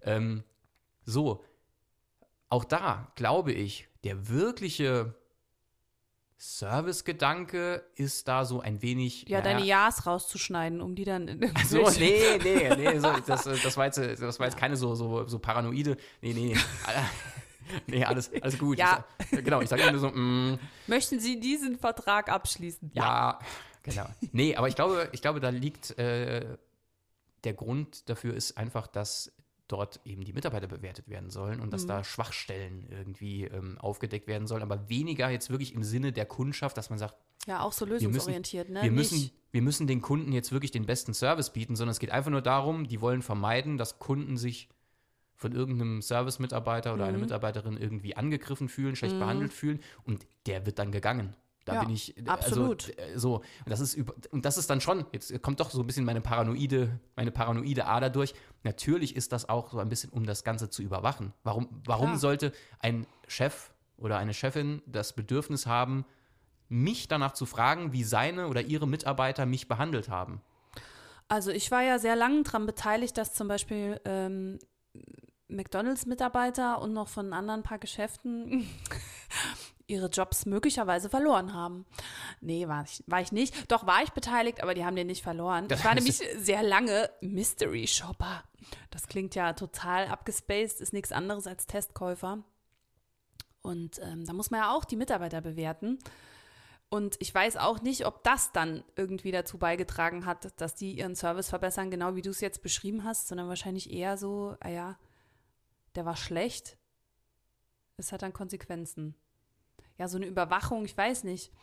Auch da glaube ich, der wirkliche Service-Gedanke ist da so ein wenig. Ja, deine Ja's rauszuschneiden, um die dann. So, nee, das war jetzt keine so paranoide. Nee. Nee, alles gut. Ja. Ich sage immer so, Möchten Sie diesen Vertrag abschließen? Ja, genau. Nee, aber ich glaube, da liegt der Grund dafür ist einfach, dass dort eben die Mitarbeiter bewertet werden sollen und dass da Schwachstellen irgendwie aufgedeckt werden sollen, aber weniger jetzt wirklich im Sinne der Kundschaft, dass man sagt, Ja, auch so lösungsorientiert, ne? wir müssen den Kunden jetzt wirklich den besten Service bieten, sondern es geht einfach nur darum, die wollen vermeiden, dass Kunden sich von irgendeinem Service-Mitarbeiter oder einer Mitarbeiterin irgendwie angegriffen fühlen, schlecht behandelt fühlen und der wird dann gegangen. Da bin ich absolut. So und das ist dann schon, jetzt kommt doch so ein bisschen meine paranoide Ader durch. Natürlich ist das auch so ein bisschen, um das Ganze zu überwachen. Warum sollte ein Chef oder eine Chefin das Bedürfnis haben, mich danach zu fragen, wie seine oder ihre Mitarbeiter mich behandelt haben? Also ich war ja sehr lange daran beteiligt, dass zum Beispiel McDonalds-Mitarbeiter und noch von anderen paar Geschäften ihre Jobs möglicherweise verloren haben. Nee, war ich nicht. Doch, war ich beteiligt, aber die haben den nicht verloren. Ich war nämlich sehr lange Mystery Shopper. Das klingt ja total abgespaced, ist nichts anderes als Testkäufer. Und da muss man ja auch die Mitarbeiter bewerten. Und ich weiß auch nicht, ob das dann irgendwie dazu beigetragen hat, dass die ihren Service verbessern, genau wie du es jetzt beschrieben hast, sondern wahrscheinlich eher so, der war schlecht. Es hat dann Konsequenzen. Ja, so eine Überwachung, ich weiß nicht.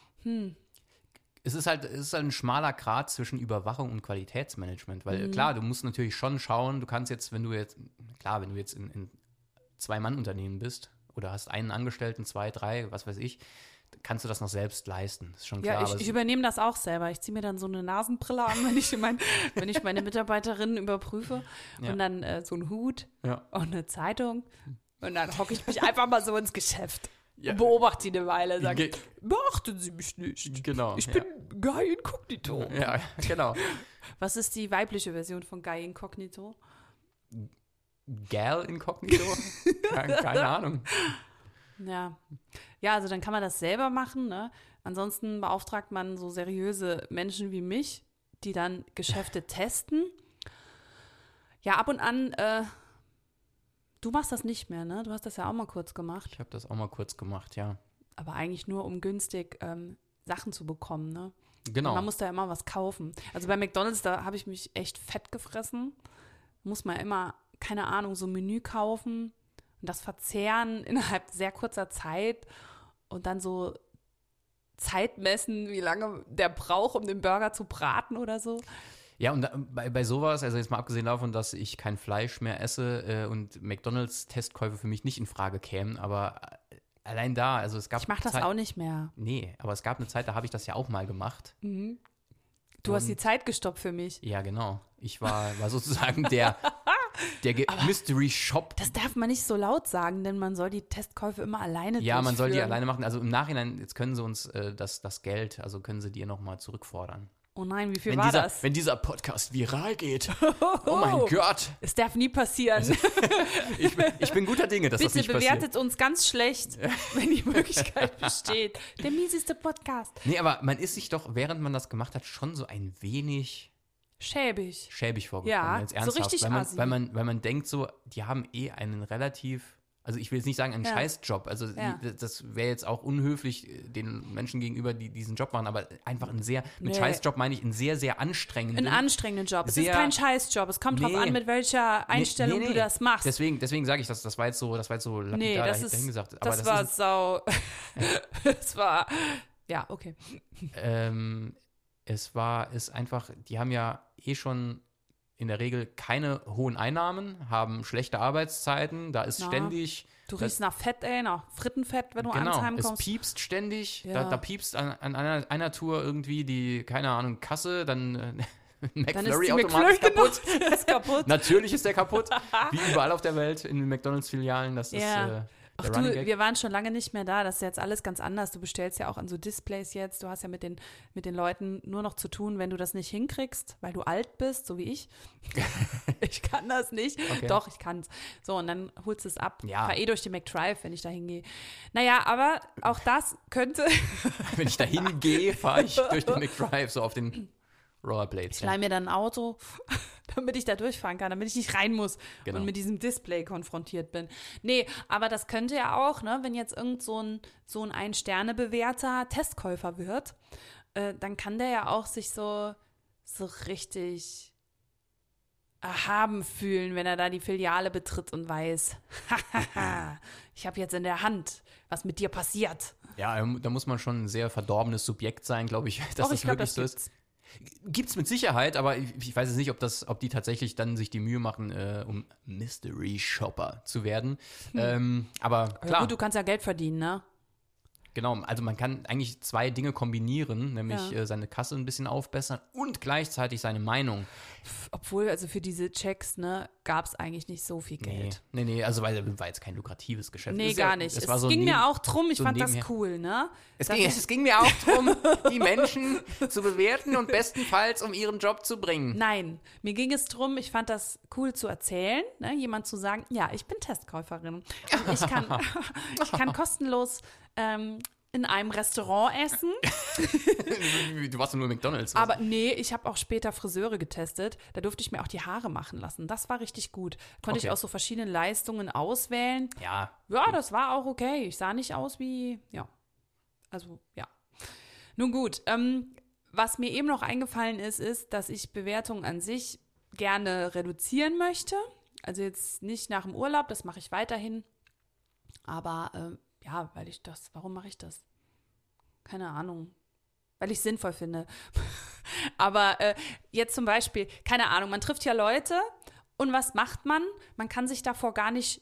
Es ist halt ein schmaler Grat zwischen Überwachung und Qualitätsmanagement, weil klar, du musst natürlich schon schauen, du kannst jetzt, wenn du jetzt in 2-Mann-Unternehmen bist oder hast einen Angestellten, 2, 3, was weiß ich, kannst du das noch selbst leisten. Das ist schon klar. Ja, ich übernehme das auch selber. Ich ziehe mir dann so eine Nasenbrille an, wenn ich meine Mitarbeiterinnen überprüfe und dann so einen Hut und eine Zeitung und dann hocke ich mich einfach mal so ins Geschäft. Ja. Beobachte sie eine Weile, sage, beachten Sie mich nicht. Genau. Ich bin Guy Incognito. Ja, genau. Was ist die weibliche Version von Guy Incognito? Gal Incognito? Keine Ahnung. Ja, also dann kann man das selber machen, ne? Ansonsten beauftragt man so seriöse Menschen wie mich, die dann Geschäfte testen. Ja, ab und an, du machst das nicht mehr, ne? Du hast das ja auch mal kurz gemacht. Ich habe das auch mal kurz gemacht, ja. Aber eigentlich nur, um günstig Sachen zu bekommen, ne? Genau. Und man muss da immer was kaufen. Also bei McDonald's, da habe ich mich echt fett gefressen. Muss man immer, keine Ahnung, so ein Menü kaufen und das verzehren innerhalb sehr kurzer Zeit und dann so Zeit messen, wie lange der braucht, um den Burger zu braten oder so. Ja, und bei sowas, also jetzt mal abgesehen davon, dass ich kein Fleisch mehr esse und McDonalds-Testkäufe für mich nicht in Frage kämen, aber allein da, also es gab Ich mache das auch nicht mehr. Nee, aber es gab eine Zeit, da habe ich das ja auch mal gemacht. Mhm. Du hast die Zeit gestoppt für mich. Ja, genau. Ich war sozusagen der Mystery Shop. Das darf man nicht so laut sagen, denn man soll die Testkäufe immer alleine Ja, man soll die durchführen. alleine machen. Also im Nachhinein, jetzt können sie uns das Geld, also können sie dir nochmal zurückfordern. Oh nein, wie viel war das? Wenn dieser Podcast viral geht. Oh mein Gott. Es darf nie passieren. Ich bin guter Dinge, dass das Bitte nicht passiert. bewertet uns ganz schlecht, wenn die Möglichkeit besteht. Der mieseste Podcast. Nee, aber man ist sich doch, während man das gemacht hat, schon so ein wenig Schäbig. vorgekommen. Ja, jetzt so ernsthaft, richtig assi. weil man denkt so, die haben einen relativ, also ich will jetzt nicht sagen einen Ja. Scheißjob, also Ja. das wäre jetzt auch unhöflich den Menschen gegenüber, die diesen Job machen, aber einfach mit Nee. Scheißjob meine ich einen sehr, sehr anstrengenden. Ein anstrengender Job. Es ist Sehr- kein Scheißjob. Es kommt drauf Nee. an, mit welcher Einstellung Nee. du das machst. Deswegen sage ich, das war jetzt so lapidar Nee, das dahingesagt. ist, Aber das war ist, sau. Das war, ja, okay. ist einfach, die haben ja schon in der Regel keine hohen Einnahmen, haben schlechte Arbeitszeiten, da ist Na, ständig. Du riechst nach Fett, nach Frittenfett, wenn du abends Genau, es heimkommst. piepst ständig. Ja. Da piepst an einer Tour irgendwie die, keine Ahnung, Kasse, dann McFlurry-Automat ist kaputt. Genau, ist kaputt. Natürlich ist der kaputt, wie überall auf der Welt in den McDonalds-Filialen. Das Ja. ist Ach der du, Running Gag. wir waren schon lange nicht mehr da. Das ist jetzt alles ganz anders. Du bestellst ja auch an so Displays jetzt. Du hast ja mit den Leuten nur noch zu tun, wenn du das nicht hinkriegst, weil du alt bist, so wie ich. Ich kann das nicht. Okay. Doch, ich kann's. So, und dann holst du es ab. Ja. Fahr durch die McDrive, wenn ich da hingehe. Naja, aber auch das könnte. Wenn ich da hingehe, fahre ich durch den McDrive, so auf den Rollerblades. Ich leih mir dann ein Auto, damit ich da durchfahren kann, damit ich nicht rein muss Genau. und mit diesem Display konfrontiert bin. Nee, aber das könnte ja auch, ne, wenn jetzt irgend so ein Ein-Sterne-bewährter Testkäufer wird, dann kann der ja auch sich so richtig erhaben fühlen, wenn er da die Filiale betritt und weiß, ich habe jetzt in der Hand, was mit dir passiert. Ja, da muss man schon ein sehr verdorbenes Subjekt sein, glaube ich, dass Doch, das ich glaube, wirklich das so ist. gibt's. Gibt's mit Sicherheit, aber ich weiß jetzt nicht, ob die tatsächlich dann sich die Mühe machen, um Mystery Shopper zu werden. Aber Ja, klar, gut, du kannst ja Geld verdienen, ne? genau. Also man kann eigentlich zwei Dinge kombinieren, nämlich Ja. seine Kasse ein bisschen aufbessern und gleichzeitig seine Meinung. Obwohl, also für diese Checks, ne, gab es eigentlich nicht so viel Geld. Nee, also weil war jetzt kein lukratives Geschäft. Nee, Ist gar ja, nicht. Es Es war so ging neben- mir auch drum, ich so fand nebenher. das cool, ne? Es ging mir auch darum, die Menschen zu bewerten und bestenfalls um ihren Job zu bringen. Nein, mir ging es drum, ich fand das cool zu erzählen, ne? Jemand zu sagen, ja, ich bin Testkäuferin. Und ich kann kostenlos in einem Restaurant essen. Du warst ja nur in McDonalds. Aber nee, ich habe auch später Friseure getestet. Da durfte ich mir auch die Haare machen lassen. Das war richtig gut. Konnte Okay. ich auch so verschiedene Leistungen auswählen. Ja, Ja, das war auch okay. Ich sah nicht aus wie, ja. Also, ja. Nun gut, was mir eben noch eingefallen ist, dass ich Bewertungen an sich gerne reduzieren möchte. Also jetzt nicht nach dem Urlaub, das mache ich weiterhin. Aber ja, warum mache ich das? Keine Ahnung. Weil ich es sinnvoll finde. Aber jetzt zum Beispiel, keine Ahnung, man trifft ja Leute und was macht man? Man kann sich davor gar nicht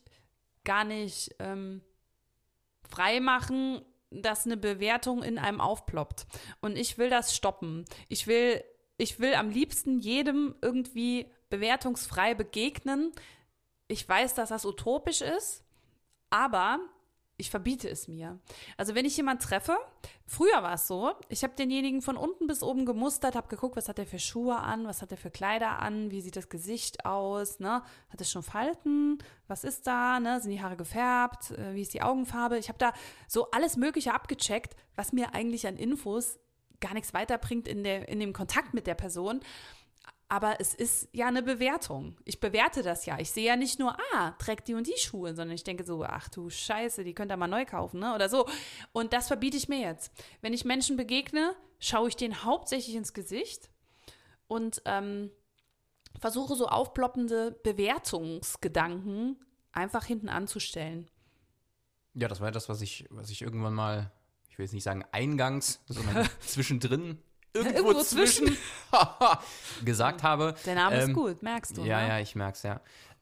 frei machen, dass eine Bewertung in einem aufploppt. Und ich will das stoppen. Ich will am liebsten jedem irgendwie bewertungsfrei begegnen. Ich weiß, dass das utopisch ist, aber ich verbiete es mir. Also wenn ich jemanden treffe, früher war es so, ich habe denjenigen von unten bis oben gemustert, habe geguckt, was hat er für Schuhe an, was hat er für Kleider an, wie sieht das Gesicht aus, ne? Hat es schon Falten, was ist da, ne? Sind die Haare gefärbt, wie ist die Augenfarbe? Ich habe da so alles Mögliche abgecheckt, was mir eigentlich an Infos gar nichts weiterbringt in dem Kontakt mit der Person. Aber es ist ja eine Bewertung. Ich bewerte das ja. Ich sehe ja nicht nur, trägt die und die Schuhe, sondern ich denke so, ach du Scheiße, die könnt ihr mal neu kaufen, ne? Oder so. Und das verbiete ich mir jetzt. Wenn ich Menschen begegne, schaue ich denen hauptsächlich ins Gesicht und versuche so aufploppende Bewertungsgedanken einfach hinten anzustellen. Ja, das war das, was ich irgendwann mal, ich will jetzt nicht sagen eingangs, sondern zwischendrin irgendwo zwischen gesagt habe. Der Name ist gut, merkst du. Ja, ne? ja, ich merk's, ja.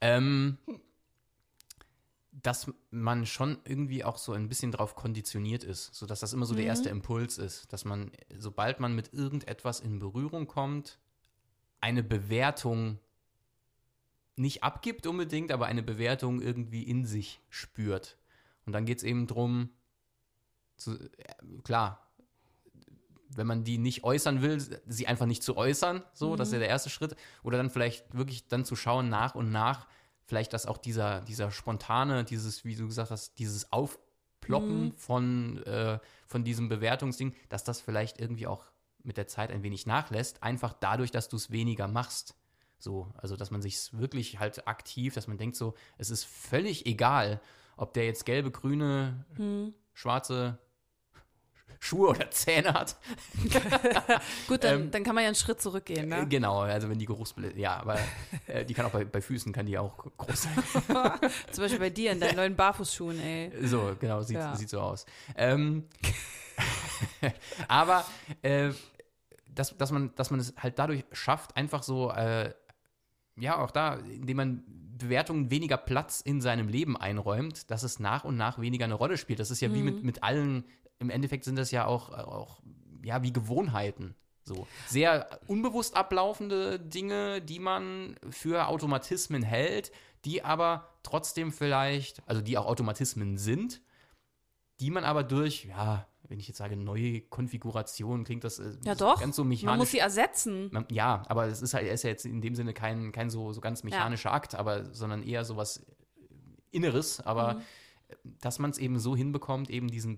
Dass man schon irgendwie auch so ein bisschen drauf konditioniert ist, sodass das immer so der erste Impuls ist, dass man, sobald man mit irgendetwas in Berührung kommt, eine Bewertung nicht abgibt unbedingt, aber eine Bewertung irgendwie in sich spürt. Und dann geht es eben drum, klar, wenn man die nicht äußern will, sie einfach nicht zu äußern, so, das ist ja der erste Schritt. Oder dann vielleicht wirklich dann zu schauen, nach und nach, vielleicht, dass auch dieser spontane, dieses, wie du gesagt hast, dieses Aufploppen von diesem Bewertungsding, dass das vielleicht irgendwie auch mit der Zeit ein wenig nachlässt, einfach dadurch, dass du es weniger machst. So, also dass man sich wirklich halt aktiv, dass man denkt so, es ist völlig egal, ob der jetzt gelbe, grüne, schwarze Schuhe oder Zähne hat. Gut, dann kann man ja einen Schritt zurückgehen, ne? Genau, also wenn die Geruchsbilder, ja, aber die kann auch bei Füßen, kann die auch groß sein. Zum Beispiel bei dir in deinen neuen Barfußschuhen, ey. So, genau, sieht so aus. Aber dass man es halt dadurch schafft, einfach so, ja, auch da, indem man Bewertungen weniger Platz in seinem Leben einräumt, dass es nach und nach weniger eine Rolle spielt. Das ist ja wie mit allen, im Endeffekt sind das ja auch ja, wie Gewohnheiten. So. Sehr unbewusst ablaufende Dinge, die man für Automatismen hält, die aber trotzdem vielleicht, also die auch Automatismen sind, die man aber durch, ja, wenn ich jetzt sage, neue Konfiguration, klingt das ja, doch. ganz so mechanisch. Man muss sie ersetzen. Ja, aber es ist ja jetzt in dem Sinne kein so ganz mechanischer Akt, sondern eher sowas Inneres, aber dass man es eben so hinbekommt, eben diesen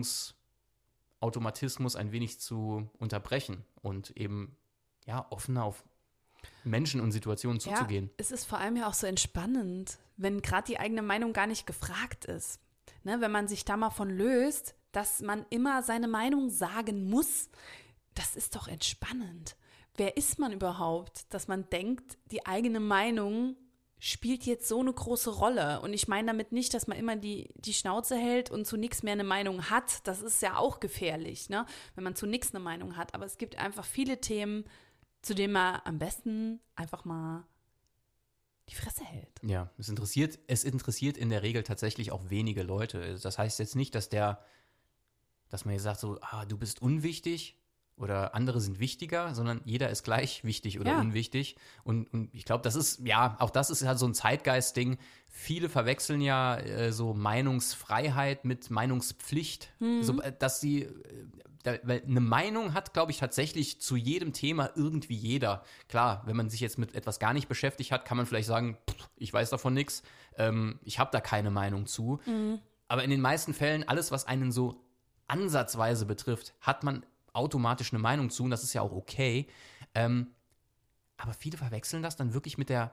Bewertungsautomatismus ein wenig zu unterbrechen und eben ja offener auf Menschen und Situationen zuzugehen. Ja, es ist vor allem ja auch so entspannend, wenn gerade die eigene Meinung gar nicht gefragt ist. Ne, wenn man sich da mal von löst, dass man immer seine Meinung sagen muss, das ist doch entspannend. Wer ist man überhaupt, dass man denkt, die eigene Meinung spielt jetzt so eine große Rolle? Und ich meine damit nicht, dass man immer die Schnauze hält und zu nichts mehr eine Meinung hat. Das ist ja auch gefährlich, ne? Wenn man zu nichts eine Meinung hat. Aber es gibt einfach viele Themen, zu denen man am besten einfach mal die Fresse hält. Ja, es interessiert in der Regel tatsächlich auch wenige Leute. Das heißt jetzt nicht, dass man jetzt sagt so, du bist unwichtig oder andere sind wichtiger, sondern jeder ist gleich wichtig oder unwichtig. Und ich glaube, das ist, ja, auch das ist halt so ein Zeitgeist-Ding. Viele verwechseln ja so Meinungsfreiheit mit Meinungspflicht. So, dass weil eine Meinung hat, glaube ich, tatsächlich zu jedem Thema irgendwie jeder. Klar, wenn man sich jetzt mit etwas gar nicht beschäftigt hat, kann man vielleicht sagen, ich weiß davon nichts, ich habe da keine Meinung zu. Aber in den meisten Fällen, alles, was einen so ansatzweise betrifft, hat man automatisch eine Meinung zu und das ist ja auch okay. Aber viele verwechseln das dann wirklich mit der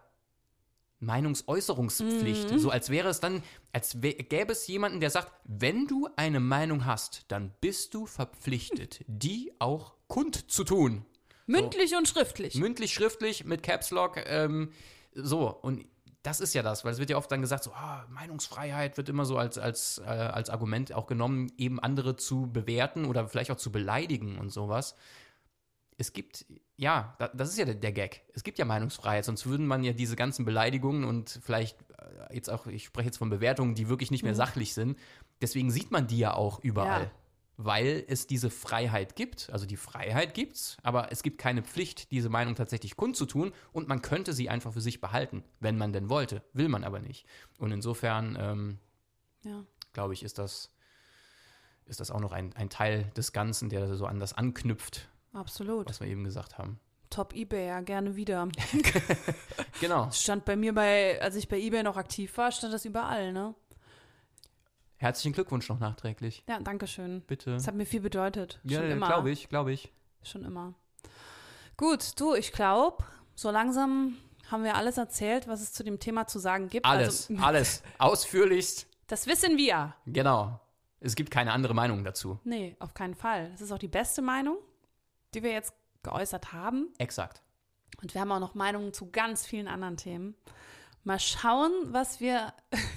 Meinungsäußerungspflicht. So als wäre es dann, gäbe es jemanden, der sagt, wenn du eine Meinung hast, dann bist du verpflichtet, die auch kundzutun. Mündlich und schriftlich. Mündlich, schriftlich, mit Caps Lock, so. Und das ist ja das, weil es wird ja oft dann gesagt, so, Meinungsfreiheit wird immer so als Argument auch genommen, eben andere zu bewerten oder vielleicht auch zu beleidigen und sowas. Es gibt, ja, das ist ja der Gag. Es gibt ja Meinungsfreiheit, sonst würden man ja diese ganzen Beleidigungen und vielleicht jetzt auch, ich spreche jetzt von Bewertungen, die wirklich nicht mehr sachlich sind, deswegen sieht man die ja auch überall. Ja. Weil es diese Freiheit gibt, also die Freiheit gibt's, aber es gibt keine Pflicht, diese Meinung tatsächlich kundzutun und man könnte sie einfach für sich behalten, wenn man denn wollte, will man aber nicht. Und insofern, glaube ich, ist das auch noch ein Teil des Ganzen, der so an das anknüpft. Absolut. Was wir eben gesagt haben. Top eBay, ja, gerne wieder. Genau. Stand bei mir als ich bei eBay noch aktiv war, stand das überall, ne? Herzlichen Glückwunsch noch nachträglich. Ja, danke schön. Bitte. Das hat mir viel bedeutet. Ja, glaube ich. Schon immer. Gut, du, ich glaube, so langsam haben wir alles erzählt, was es zu dem Thema zu sagen gibt. Alles. Ausführlichst. Das wissen wir. Genau. Es gibt keine andere Meinung dazu. Nee, auf keinen Fall. Das ist auch die beste Meinung, die wir jetzt geäußert haben. Exakt. Und wir haben auch noch Meinungen zu ganz vielen anderen Themen. Mal schauen, was wir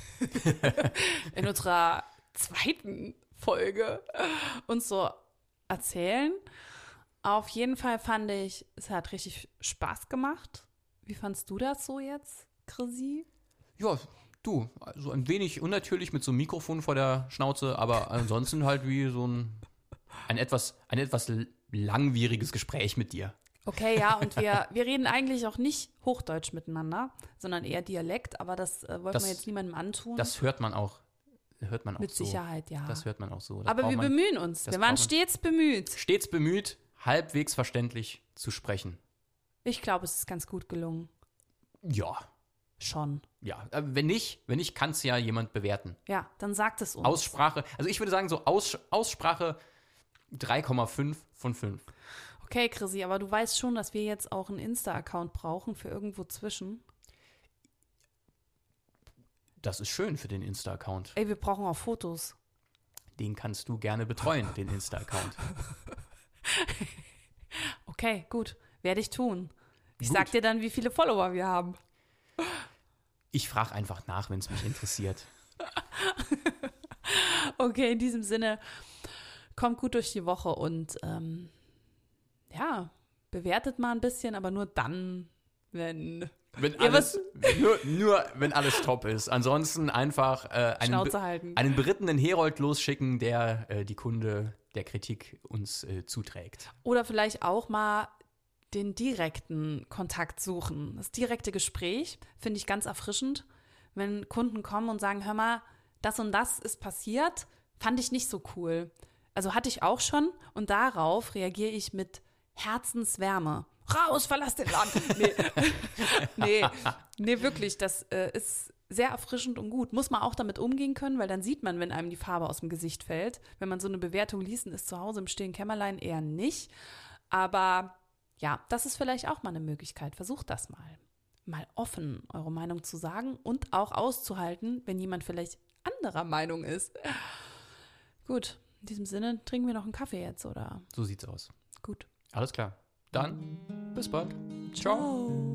in unserer zweiten Folge uns so erzählen. Auf jeden Fall fand ich, es hat richtig Spaß gemacht. Wie fandst du das so jetzt, Chrissy? Ja, du, also ein wenig unnatürlich mit so einem Mikrofon vor der Schnauze, aber ansonsten halt wie so ein etwas langwieriges Gespräch mit dir. Okay, ja, und wir reden eigentlich auch nicht Hochdeutsch miteinander, sondern eher Dialekt, aber das wollten wir jetzt niemandem antun. Das hört man auch Mit so. Sicherheit, ja. Das hört man auch so. Aber wir bemühen uns. Wir waren stets bemüht. Stets bemüht, halbwegs verständlich zu sprechen. Ich glaube, es ist ganz gut gelungen. Ja. Schon. Ja, wenn nicht, kann es ja jemand bewerten. Ja, dann sagt es uns. Aussprache, also ich würde sagen, so Aussprache 3,5 von 5. Okay, Chrissy, aber du weißt schon, dass wir jetzt auch einen Insta-Account brauchen für irgendwo zwischen. Das ist schön für den Insta-Account. Ey, wir brauchen auch Fotos. Den kannst du gerne betreuen, den Insta-Account. Okay, gut. Werde ich tun. Ich sag dir dann, wie viele Follower wir haben. Ich frage einfach nach, wenn es mich interessiert. Okay, in diesem Sinne, kommt gut durch die Woche und bewertet mal ein bisschen, aber nur dann, wenn nur wenn alles top ist. Ansonsten einfach einen berittenen Herold losschicken, der die Kunde der Kritik uns zuträgt. Oder vielleicht auch mal den direkten Kontakt suchen. Das direkte Gespräch finde ich ganz erfrischend, wenn Kunden kommen und sagen, hör mal, das und das ist passiert, fand ich nicht so cool. Also hatte ich auch schon und darauf reagiere ich mit Herzenswärme. Raus, verlass den Laden. Nee, wirklich, das ist sehr erfrischend und gut. Muss man auch damit umgehen können, weil dann sieht man, wenn einem die Farbe aus dem Gesicht fällt. Wenn man so eine Bewertung liest und ist zu Hause im stillen Kämmerlein, eher nicht. Aber ja, das ist vielleicht auch mal eine Möglichkeit. Versucht das mal. Mal offen eure Meinung zu sagen und auch auszuhalten, wenn jemand vielleicht anderer Meinung ist. Gut, in diesem Sinne trinken wir noch einen Kaffee jetzt, oder? So sieht's aus. Gut. Alles klar. Dann bis bald. Ciao.